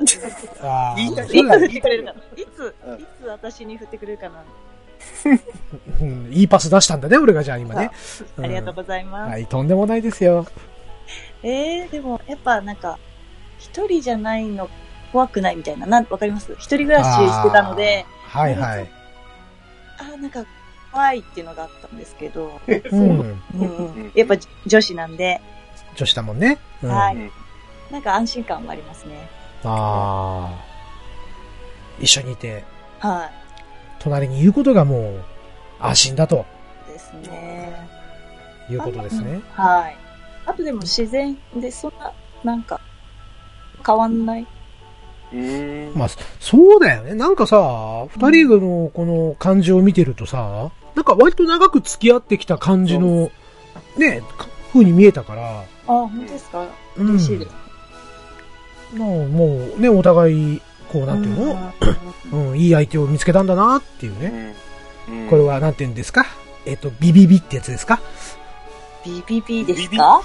あ言いたくて、いつ振ってくれるかな。いつ、うん、いつ私に振ってくれるかな。 うん、いいパス出したんだね、俺がじゃあ今ね。 ありがとうございます。 うん、はい、とんでもないですよ。 えー、でも、やっぱなんか、一人じゃないの怖くないみたいな、なん、わかります？一人暮らししてたので、 はいはい。 あ、なんか、怖いっていうのがあったんですけど、 うん。 うん、やっぱ女子なんで。 女子だもんね。 うん、はい。なんか安心感はありますね。 ああ。一緒にいて。 はい。 隣にいることがもう安心だと。 ですね。 いうことですね。 はい。あとでも自然でそんな、なんか、変わんない。 うーん。 まあ、そうだよね。なんかさ、二人のこの感じを見てるとさ、なんか割と長く付き合ってきた感じの、ね、風に見えたから。 あ、本当ですか？嬉しいです。 うん、もうね、お互い、こう、なんていうの、うん、うん、いい相手を見つけたんだなっていうね。うんうん、これはなんていうんですか？えっと、ビビビってやつですか？ ビビビですか？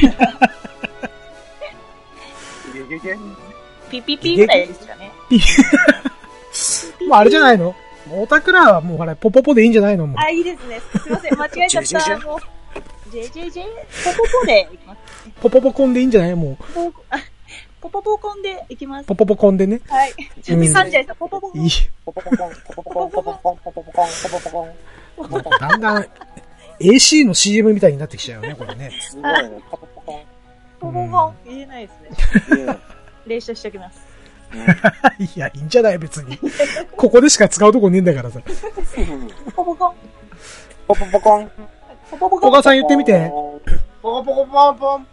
ピピピぐらいですかね。ピピまああれじゃないの？オタクらはもうほら、ポポポでいいんじゃないの？もうあ、いいですね。すいません、間違えちゃった。もう、ジェジェジェ、ポポポでいきます、ね。 ポポポコンでいいんじゃない？もう。 ポポポコンでいきます。 ポポポコンでね。 はい。ちょっと噛んじゃいそう。ポポポコン。いい。 ポポポコン、ポポポコン、ポポポコン、ポポポコン、ポポポコン。 だんだん エーシー の シーエム みたいになってきちゃうよね、これね。 すごいね。ポポポコン。 ポポポコン。言えないですね。練習しておきます。 いや、いいんじゃない別に。ここでしか使うとこねえんだからさ。 ポポポコン。 ポポポコン。 ポポポコン。 ポカさん言ってみて。 ポコポコポンポン。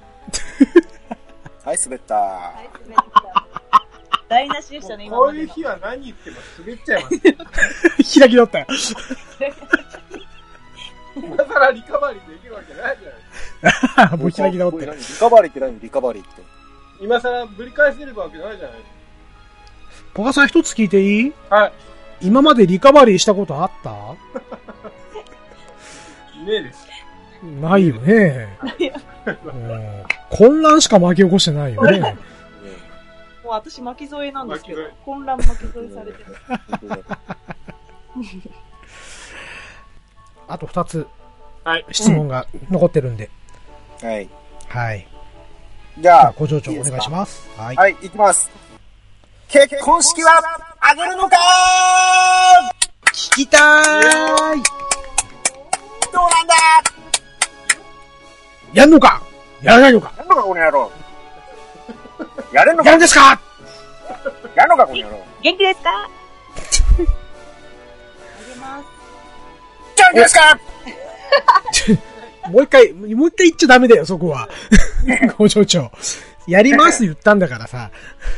はい、滑った。はい、滑った。台無しでしたね、今こういう日は何言っても滑っちゃいます開きだったよ。 今更リカバリーできるわけないじゃないですか。 もう開き直って。 リカバリーって何？リカバリーって。 今更ぶり返せるわけないじゃないですか。 ポカさん一つ聞いていい？ はい。 今までリカバリーしたことあった？ いねえです。 ないよね。混乱しか巻き起こしてないよね。 もう私巻き添えなんですけど巻き添、 混乱巻き添えされてる。 あと二つはい。 質問が残ってるんで。 はい。 はい。 じゃあ、 じゃあ、工場長いいですかお願いします。はい。 はい、いきます。結婚式はあげるのか聞きたーい。 ーどうなんだやんのかやらないのかやんのか、この野郎。やれんのかやるんですかやんのか、この野郎。 元気ですかあげます。 元気ですかもう一回、もう一回言っちゃダメだよ、そこは。工場長。やります言ったんだからさ。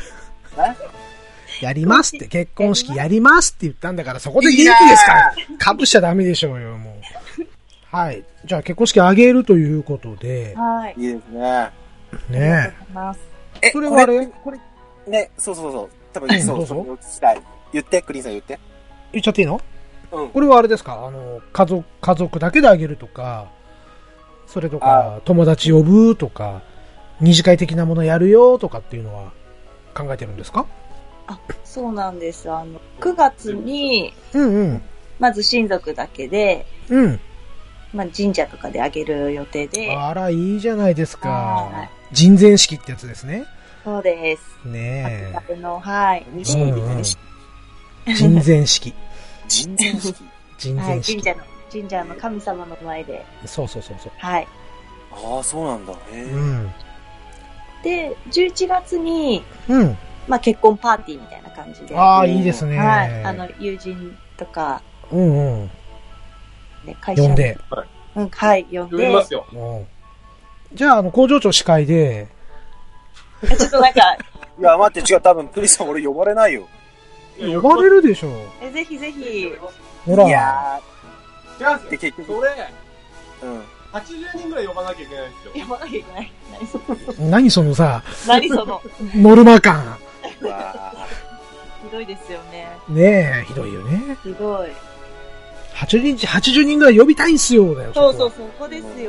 やりますって、結婚式やりますって言ったんだから、そこで元気ですから。かぶしちゃダメでしょうよ、もう。はい。じゃあ結婚式あげるということで。 はい。 いいですね。 ねありがとうございます。 え、 それはあれこれ、ね、そうそうそう。多分、 うんそう、 どうぞそれを聞きたい。言って、クリーンさん言って。 言っちゃっていいのうん。 これはあれですかあの、家族、家族だけであげるとか、それとか、友達呼ぶとか、二次会的なものやるよとかっていうのは考えてるんですか？ あ、そうなんです。あの、くがつに、 うんうん。 まず親族だけで、 うん。 まあ神社とかであげる予定で、 あら、いいじゃないですはか。人前式ってやつですね。 そうです。 ね秋田の、はい。 え。うんうん。人前式。 人前式。 はい、 人前式。 神社の、神社の神様の前で、 そうそうそうそう。 はい。 ああ、そうなんだ。へえ。 うん。 で、じゅういちがつに、 うん。 まあ結婚パーティーみたいな感じで、 ああ、いいですね。 はい。あの、友人とか、 うんうん。 ね、会社呼んで。 うん、はい、呼んで。 呼びますよ。 うんじゃあ、あの、工場長司会で、 ちょっとなんか、 いや、待って、違う、多分、クリスさん俺呼ばれないよ。 呼ばれるでしょう。 えぜひぜひ、 ほら。 いや違うんですよ。 で結局それ、 ー、うん。 はちじゅうにんぐらい呼ばなきゃいけないんですよ。 呼ばなきゃいけない。何その、 何そのさ、 何その、 ノルマ感。 わあ。 ひどいですよね。 ねえ、ひどいよね。 ひどい。 はちじゅうにん、はちじゅうにんぐらい呼びたいんすよ、だよ。 そうそう、 こそこですよ。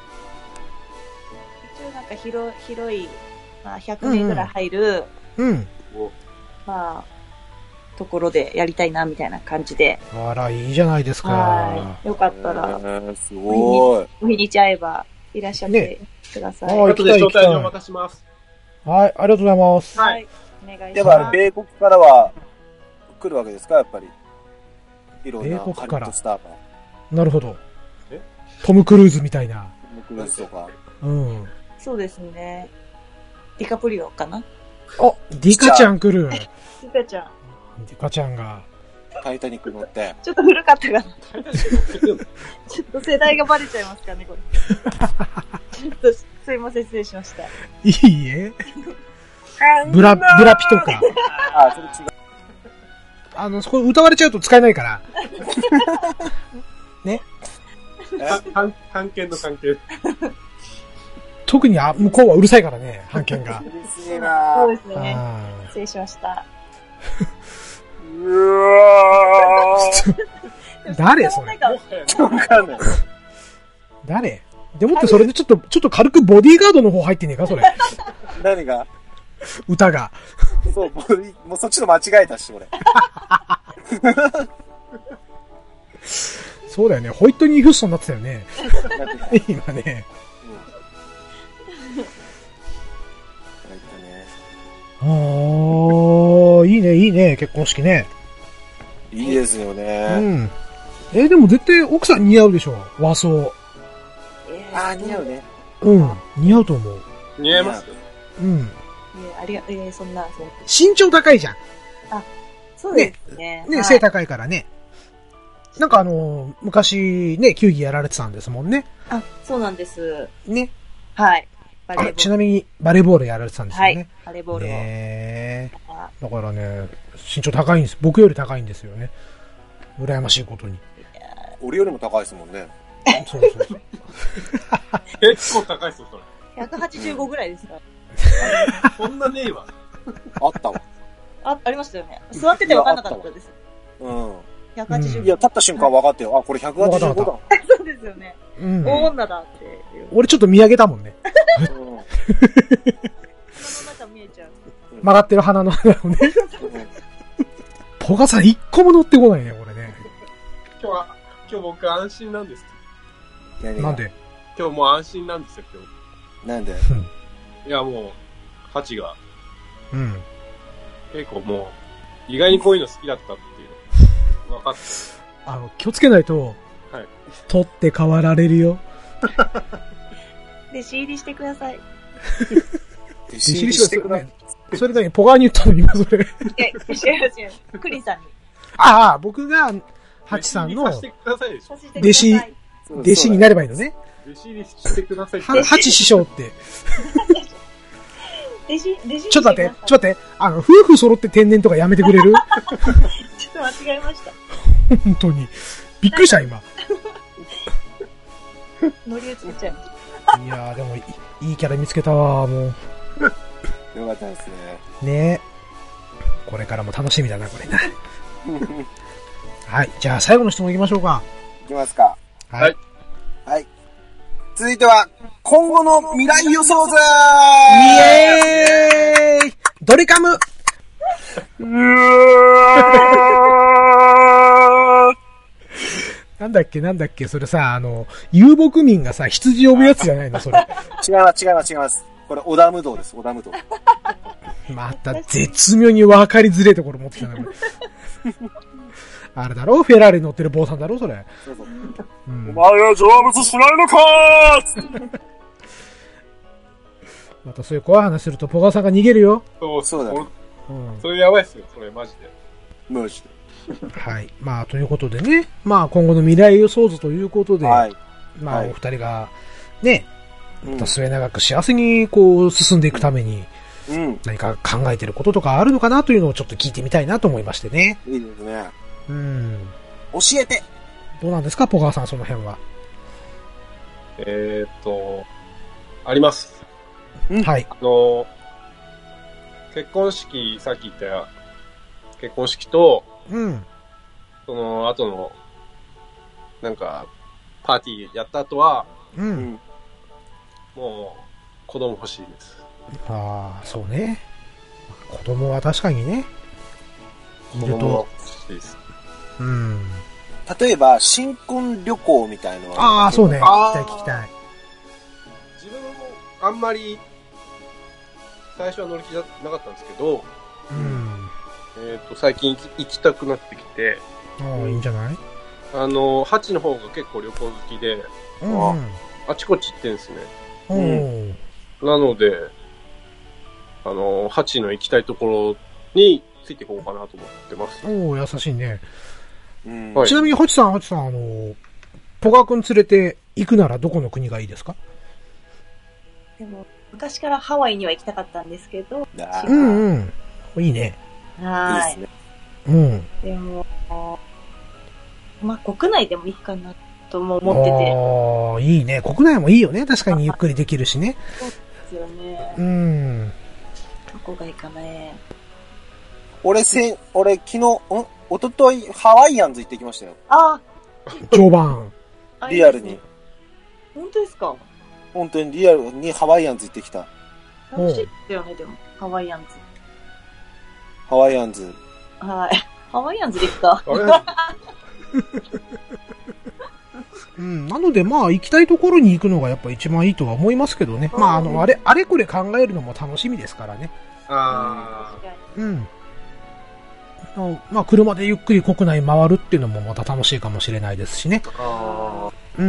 一応なんか広、広い、まあひゃくにんぐらい入る、 はうん。 まあ、ところでやりたいな、みたいな感じで。 あら、いいじゃないですか。 はい。よかったら、 えー、すごい。 お日にち会えば、いらっしゃってください。 はい後で招待状お渡しします。 はい、ありがとうございます。 はい。 お願いします。 では、米国からは来るわけですか、やっぱり。いろんな米国からハリウッドスターが。 なるほどえ。 トム・クルーズみたいな。 トム・クルーズとか。 うん。 そうですね。ディカプリオかなあ、ディカちゃん来る。 ディカちゃん。 ディカちゃんが。 タイタニック乗って。 ちょっと古かったかな。 大体乗ってくんのちょっと世代がバレちゃいますかね、これ。ちょっと、すいません、失礼しました。 いいえ。ブラ、ブラピとか。 あ、それ違う。 あの、そこ歌われちゃうと使えないから。ね。 判判権の関係。 特にあ向こうはうるさいからね、判権が。 うるせえなそうですね。 あ失礼しました。 うわー誰それなんかー。わかんない。 誰でもってそれでちょっと、ちょっと軽くボディーガードの方入ってねえかそれ。 何が歌が。 そう、もうもうそっちの間違えたし、俺。 そうだよね。ホイットニー・ヒューストンになってたよね。 なんか今ね。あー、いいね、いいね、結婚式ね。 いいですようね。 ん。えーでも絶対奥さん似合うでしょ。和装。 えーあー、似合うね。 うん。似合うと思う。 似合いますよ。 うん。 えーありが、えーそんな、そんな身長高いじゃん。 そうですね。 ね、 はい背高いからね。なんかあのー昔ね、球技やられてたんですもんね。 あ、そうなんです。 ね。 はい。バレーボあール。 ちなみにバレーボールやられてたんですよはいね。。 バレーボールを。 ねあだからね、身長高いんです。僕より高いんですよね。羨ましいことに。 俺よりも高いですもんね。 そうそうそう。 結構高いっすよ、それ。 ひゃくはちじゅうごぐらいですかそんなねえわ。 あったわ。 あ、ありましたよね。座ってて分かんなかったです。 うん。 ひゃくはちじゅうご。 いや、立った瞬間分かってよ。あ、これひゃくはちじゅうごだ。 そうですよね。 うん。 大女だっていう。 俺ちょっと見上げたもんね。 うんその中見えちゃう。 曲がってる鼻の穴をね。ポガさん一個も乗ってこないね、これね。 今日は、今日僕安心なんです。 なんで？ 今日もう安心なんですよ、今日。なんで？ いや、もう、ハチが。 うん。 結構もう、意外にこういうの好きだったっていうの分かって。 あの、気をつけないと、 はい。 取って変わられるよ。 弟子入りしてください。 弟子入りしてください。 それ何ポガーに言ったの今それ。 え、違う違う。クリさんに。 ああ、僕が、ハチさんの、弟子、弟子になればいいのね。 弟子入りしてください。 ハチ師匠って。 弟子、弟子ちょっと待って、ちょっと待って、あの、夫婦揃って天然とかやめてくれる？ ちょっと間違えました。 本当に。びっくりした、今。 乗り移っちゃいました。 いやー、でもいい、いいキャラ見つけたわ、もう。 よかったですね。 ねえ。これからも楽しみだな、これな。はい。じゃあ、最後の質問いきましょうか。 いきますか。 はい。 はい。続いては、今後の未来予想図イエーイドリカムうなんだっけなんだっけそれさ、あの、遊牧民がさ、羊呼ぶやつじゃないのそれ。 違います、違います、違います。これ、織田無道です、織田無道。 また、絶妙に分かりづれえところ持ってきたな、これ。あれだろフェラーリ乗ってる坊さんだろそれ。そうそう。うん、 お前は成仏しないのかーまたそういう怖い話すると、ポガさんが逃げるよ。 そう、そうだ。うん。それやばいっすよ、それ、マジで。 マジで。はい。まあ、ということでね。まあ、今後の未来予想図ということで、はい、まあ、はい、お二人が、ね、また末永く幸せに、こう、進んでいくために、うん、何か考えてることとかあるのかなというのをちょっと聞いてみたいなと思いましてね。 いいですね。 うん。 教えてどうなんですか、ポガーさん、その辺は。 えーっと、あります。 はい。 あの、結婚式、さっき言った結婚式と、 うん。 その後の、なんか、パーティーやった後は、 うん。 もう、子供欲しいです。 ああ、そうね。子供は確かにね。 いると。欲しいです。 うん。 例えば、新婚旅行みたいのは。ああ、そうね。聞きたい聞きたい。 自分もあんまり、最初は乗り気じゃなかったんですけど、 うん。 えっと、最近行きたくなってきて。 ああ、いいんじゃない？ あの、ハチの方が結構旅行好きで、 うん、うん、 あちこち行ってんですね。 うん。 なので、あの、ハチの行きたいところについていこうかなと思ってます。 おー、優しいね。 うん、 ちなみに、ハチさん、ハチさん、あの、ポガ君連れて行くならどこの国がいいですか？ でも、昔からハワイには行きたかったんですけど。 うんうん。いいね。 はい。いいですね。 うん。 でも、まあ、国内でもいいかなとも思ってて。 ああ、いいね。国内もいいよね。確かにゆっくりできるしね。 そうですよね。 うん。 どこがいいかね。 俺せん、俺昨日、んおとといハワイアンズ行ってきましたよ。 ああ。 常磐。 リアルに。 本当ですか？ 本当にリアルにハワイアンズ行ってきた。 楽しいですよね、でも。ハワイアンズ。 ハワイアンズ。 はい。ハワイアンズできた。 うん、なのでまあ行きたいところに行くのがやっぱ一番いいとは思いますけどね。まああの、あれ、あれこれ考えるのも楽しみですからね。 ああ。うん。まあ車でゆっくり国内回るっていうのもまた楽しいかもしれないですしね。 ああ。 うん。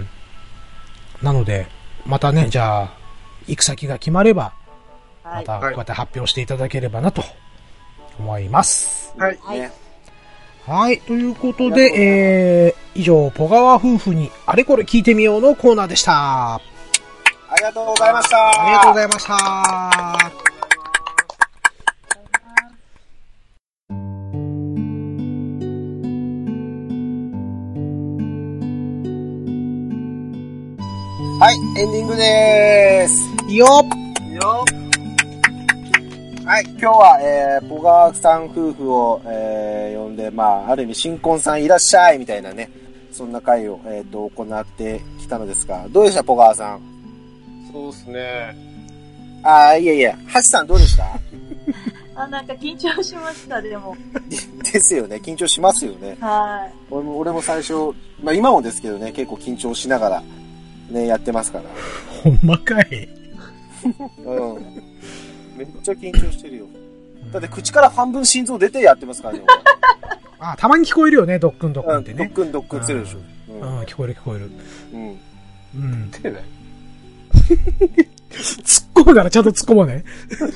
なので、またね、じゃあ、行く先が決まれば、またこうやって発表していただければなと思います。 はい。 はいはい。ということで、えー、以上、ポガワ夫婦にあれこれ聞いてみようのコーナーでした。 ありがとうございました。 ありがとうございました。 はい、エンディングでーす。 いいよいいよはい、今日は、えー、ポガーさん夫婦を、えー、呼んで、まあ、ある意味、新婚さんいらっしゃいみたいなね、そんな会を、えっと、行ってきたのですが、どうでした、ポガーさん？ そうですね。 あー、いやいや、ハチさんどうでした？ あ、なんか緊張しました、でも。 ですよね。緊張しますよね。 はい。 俺も、俺も最初、まあ今もですけどね、結構緊張しながら、ね、やってますから。 ほんまかい。 うん。めっちゃ緊張してるよ。だって口から半分心臓出てやってますからね。 あ、たまに聞こえるよね、ドックンドックンってね。 ドックンドックンするでしょ。 うん、うん、聞こえる聞こえる。 うん。 うん。 出てない突っ込むからちゃんと突っ込まね。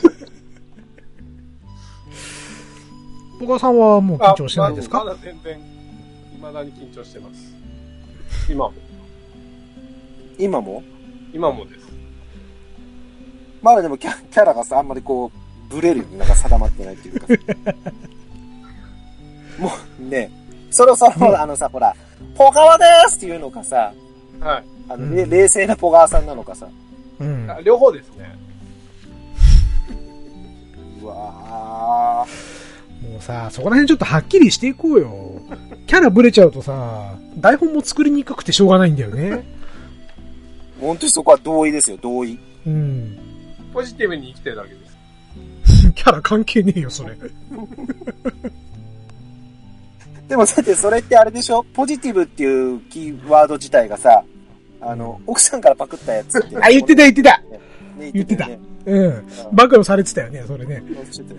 小川さんはもう緊張してないですか？ まだ全然、未だに緊張してます。今も。 今も？ 今もです。 まだでもキャ、キャラがさ、あんまりこう、ブレるようになんか定まってないっていうか。もうね、そろそろあのさ、ほら、ポガワでーすっていうのかさ、 はい。 あの、うん、冷静なポガワさんなのかさ。 うん。両方ですね。 うわー。 もうさ、そこら辺ちょっとはっきりしていこうよ。キャラブレちゃうとさ、台本も作りにくくてしょうがないんだよね。 本当にそこは同意ですよ、同意。 うん。 ポジティブに生きてるだけです。 キャラ関係ねえよ、それ。 でもだってそれってあれでしょ？ポジティブっていうキーワード自体がさ、あの、奥さんからパクったやつって。 あ、言ってた言ってた、 ね、 言ってた。うん。暴露されてたよね、それね。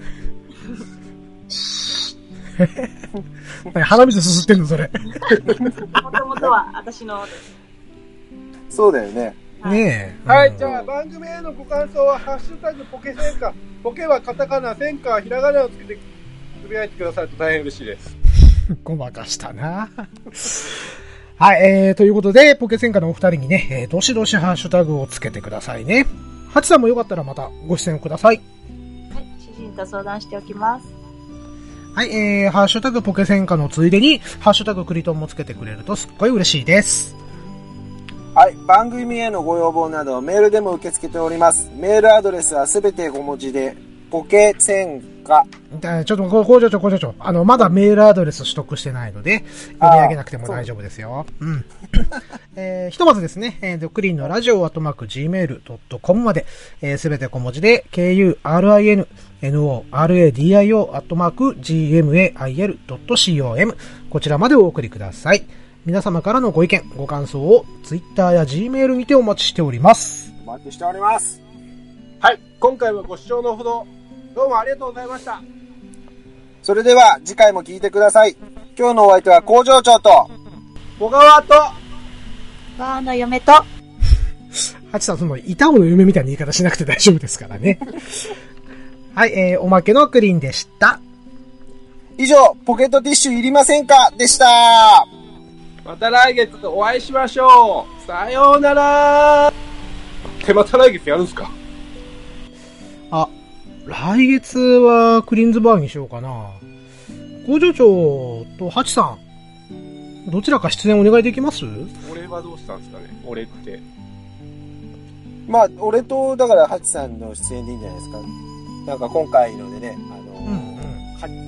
鼻水すすってんの、それ。 もともとは私の。 そうだよね。 ねえ。はい、じゃあ番組へのご感想は、ハッシュタグポケセンカ。ポケはカタカナ、センカはひらがなをつけてつぶやいてくださると大変嬉しいです。 ごまかしたな。はい、えー、ということで、ポケセンカのお二人にね、えー、どしどしハッシュタグをつけてくださいね。ハチさんもよかったらまたご出演ください。 はい、主人と相談しておきます。 はい、えー、ハッシュタグポケセンカのついでに、ハッシュタグクリトンもつけてくれるとすっごい嬉しいです。 はい、番組へのご要望などメールでも受け付けております。メールアドレスはすべてご文字で、ポケセンカ。 ちょっと、工場長、工場長。あの、まだメールアドレス取得してないので、読み上げなくても大丈夫ですよ。うん。えー、ひとまずですね、えー、ドクリンのラジオアットマーク ジーメールドットコム まで、えー、すべて小文字で、ケーユーアールアイエヌエヌオーアールエーディーアイオー アットマーク ジーエムエーアイエルドットコム こちらまでお送りください。皆様からのご意見、ご感想を Twitter や Gmail にてお待ちしております。 お待ちしております。 はい、今回はご視聴のほど、どうもありがとうございました。 それでは次回も聞いてください。今日のお相手は工場長と小川とわーの嫁とハチさん、その板尾の嫁みたいな言い方しなくて大丈夫ですからね。はい、えー、おまけのクリーンでした。 以上、ポケットティッシュいりませんかでした。 また来月お会いしましょう。さようなら。ってまた来月やるんすか？ あ、来月はクリーンズバーにしようかな。工場長とハチさん、どちらか出演お願いできます？ 俺はどうしたんですかね？俺って。 まあ、俺と、だからハチさんの出演でいいんじゃないですか。なんか今回のでね、あのー、うんうん、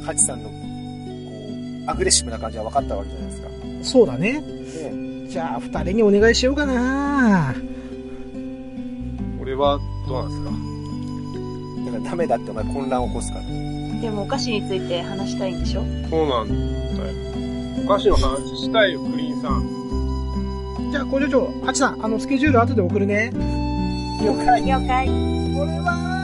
ハチさんの、こう、アグレッシブな感じは分かったわけじゃないですか。 そうだね。ね、じゃあ、二人にお願いしようかな。 俺はどうなんですか？ だからダメだってお前混乱を起こすから。 でもお菓子について話したいんでしょ？ そうなんだよ。お菓子の話したいよ、クリーンさん。 じゃあ、工場長、ハチさん、あの、スケジュール後で送るね。 了解。 了解。 これは